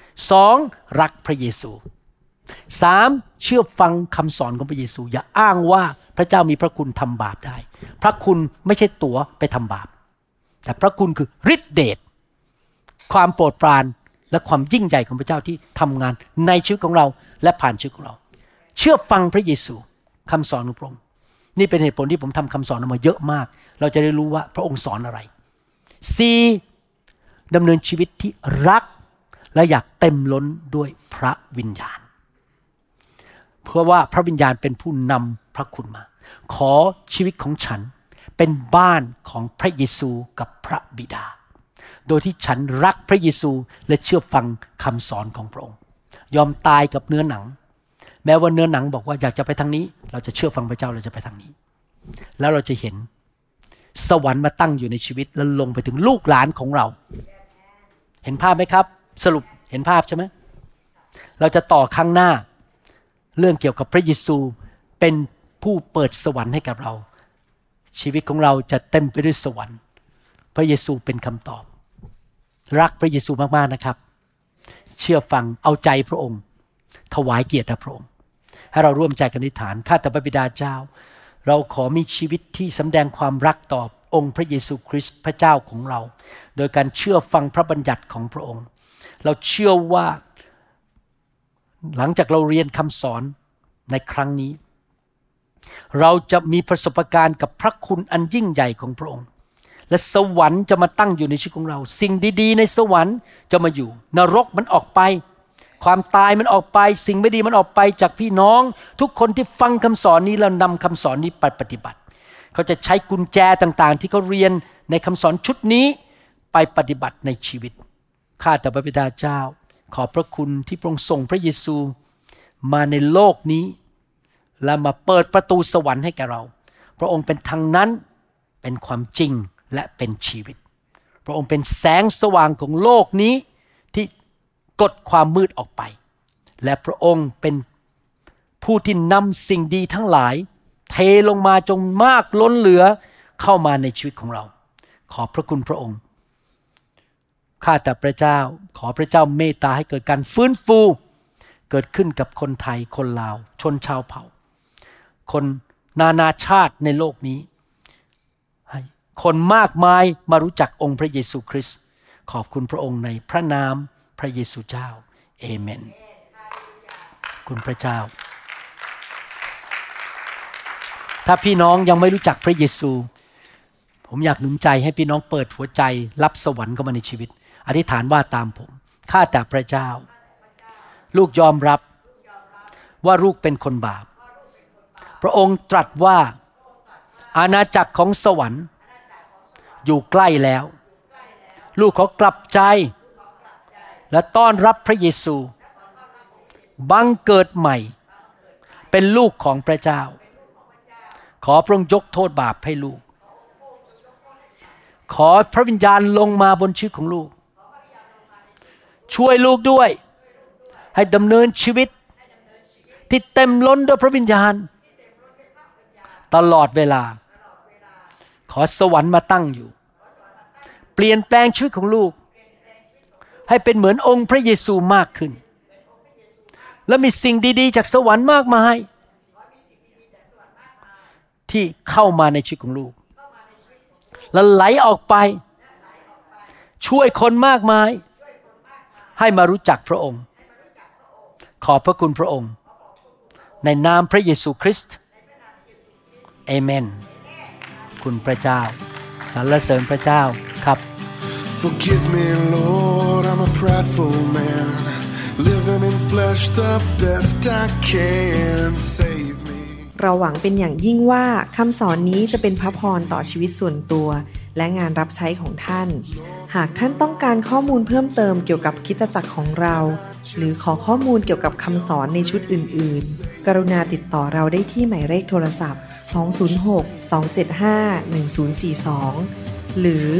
2รักพระเยซู3เชื่อฟังคำสอนของพระเยซูอย่าอ้างว่าพระเจ้ามีพระคุณทำบาปได้พระคุณไม่ใช่ตั๋วไปทำบาปแต่พระคุณคือฤทธิเดชความโปรดปรานและความยิ่งใหญ่ของพระเจ้าที่ทำงานในชีวิตของเราและผ่านชีวิตของเราเชื่อฟังพระเยซูคำสอนของพระองค์นี่เป็นเหตุผลที่ผมทำคำสอนออกมาเยอะมากเราจะได้รู้ว่าพระองค์สอนอะไร4ดำเนินชีวิตที่รักและอยากเต็มล้นด้วยพระวิญญาณเพราะว่าพระวิญญาณเป็นผู้นำพระคุณมาขอชีวิตของฉันเป็นบ้านของพระเยซูกับพระบิดาโดยที่ฉันรักพระเยซูและเชื่อฟังคำสอนของพระองค์ยอมตายกับเนื้อหนังแม้ว่าเนื้อหนังบอกว่าอยากจะไปทางนี้เราจะเชื่อฟังพระเจ้าเราจะไปทางนี้แล้วเราจะเห็นสวรรค์มาตั้งอยู่ในชีวิตแล้วลงไปถึงลูกหลานของเราเห็นภาพไหมครับสรุปเห็นภาพใช่ไหมเราจะต่อข้างหน้าเรื่องเกี่ยวกับพระเยซูเป็นผู้เปิดสวรรค์ให้กับเราชีวิตของเราจะเต็มไปด้วยสวรรค์พระเยซูเป็นคำตอบรักพระเยซูมากๆนะครับเชื่อฟังเอาใจพระองค์ถวายเกียรติพระองค์ให้เราร่วมใจกันอธิษฐานข้าแต่พระบิดาเจ้าเราขอมีชีวิตที่สำแดงความรักต่อองค์พระเยซูคริสต์พระเจ้าของเราโดยการเชื่อฟังพระบัญญัติของพระองค์เราเชื่อว่าหลังจากเราเรียนคำสอนในครั้งนี้เราจะมีประสบการณ์กับพระคุณอันยิ่งใหญ่ของพระองค์และสวรรค์จะมาตั้งอยู่ในชีวิตของเราสิ่งดีๆในสวรรค์จะมาอยู่นรกมันออกไปความตายมันออกไปสิ่งไม่ดีมันออกไปจากพี่น้องทุกคนที่ฟังคำสอนนี้แล้วนำคำสอนนี้ไปปฏิบัติเขาจะใช้กุญแจต่างๆที่เขาเรียนในคำสอนชุดนี้ไปปฏิบัติในชีวิตข้าแต่พระบิดาเจ้าขอบพระคุณที่พระองค์ส่งพระเยซูมาในโลกนี้และมาเปิดประตูสวรรค์ให้แก่เราพระองค์เป็นทางนั้นเป็นความจริงและเป็นชีวิตพระองค์เป็นแสงสว่างของโลกนี้ที่กดความมืดออกไปและพระองค์เป็นผู้ที่นำสิ่งดีทั้งหลายเทลงมาจงมากล้นเหลือเข้ามาในชีวิตของเราขอบพระคุณพระองค์ข้าแต่พระเจ้าขอพระเจ้าเมตตาให้เกิดการฟื้นฟูเกิดขึ้นกับคนไทยคนลาวชนชาวเผ่าคนนานาชาติในโลกนี้ให้คนมากมายมารู้จักองค์พระเยซูคริสต์ขอบคุณพระองค์ในพระนามพระเยซูเจ้าเอเมนคุณพระเจ้าถ้าพี่น้องยังไม่รู้จักพระเยซูผมอยากหนุนใจให้พี่น้องเปิดหัวใจรับสวรรค์เข้ามาในชีวิตอธิษฐานว่าตามผมข้าแต่พระเจ้าลูกยอมรับว่าลูกเป็นคนบาปพระองค์ตรัสว่าอาณาจักรของสวรรค์อยู่ใกล้แล้วลูกขอกลับใจและต้อนรับพระเยซูบังเกิดใหม่เป็นลูกของพระเจ้าขอพระองค์ยกโทษบาปให้ลูกขอพระวิญญาณลงมาบนชีวิตของลูกช่วยลูกด้วยให้ดำเนินชีวิตที่เต็มล้นด้วยพระวิญญาณตลอดเวลาขอสวรรค์มาตั้งอยู่เปลี่ยนแปลงชีวิตของลูกให้เป็นเหมือนองค์พระเยซูมากขึ้นและมีสิ่งดีๆจากสวรรค์มากมายที่เข้ามาในชีวิตของลูกและไหลออกไปช่วยคนมากมายให้มารู้จักพระองค์ขอบพระคุณพระองค์ในนามพระเยซูคริสต์เอเมนคุณพระเจ้าสรรเสริญพระเจ้าครับ Forgive me, Lord, I'm a prideful man, living in flesh the best I can. Save me. เราหวังเป็นอย่างยิ่งว่าคำสอนนี้จะเป็นพระพรต่อชีวิตส่วนตัวและงานรับใช้ของท่านหากท่านต้องการข้อมูลเพิ่มเติมเกี่ยวกับคริสตจักรของเราหรือขอข้อมูลเกี่ยวกับคำสอนในชุดอื่นๆกรุณาติดต่อเราได้ที่หมายเลขโทรศัพท์206-275-1042หรือ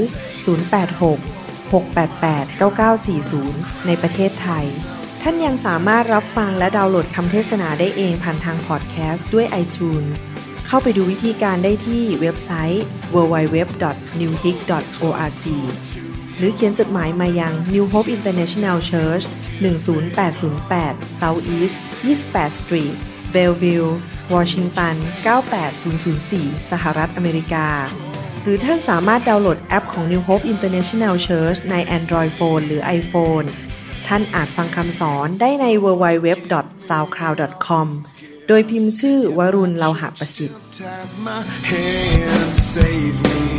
086-688-9940ในประเทศไทยท่านยังสามารถรับฟังและดาวน์โหลดคำเทศนาได้เองผ่านทางพอดแคสต์ด้วย iTunes เข้าไปดูวิธีการได้ที่เว็บไซต์ www.newhope.org หรือเขียนจดหมายมายัง New Hope International Church 10808 South East 28 Street Bellevue Washington 98004 สหรัฐอเมริกาหรือท่านสามารถดาวน์โหลดแอปของ New Hope International Church ใน Android Phone หรือ iPhone ท่านอาจฟังคำสอนได้ใน www.soundcloud.com โดยพิมพ์ชื่อวรุณ เลาหะประสิทธิ์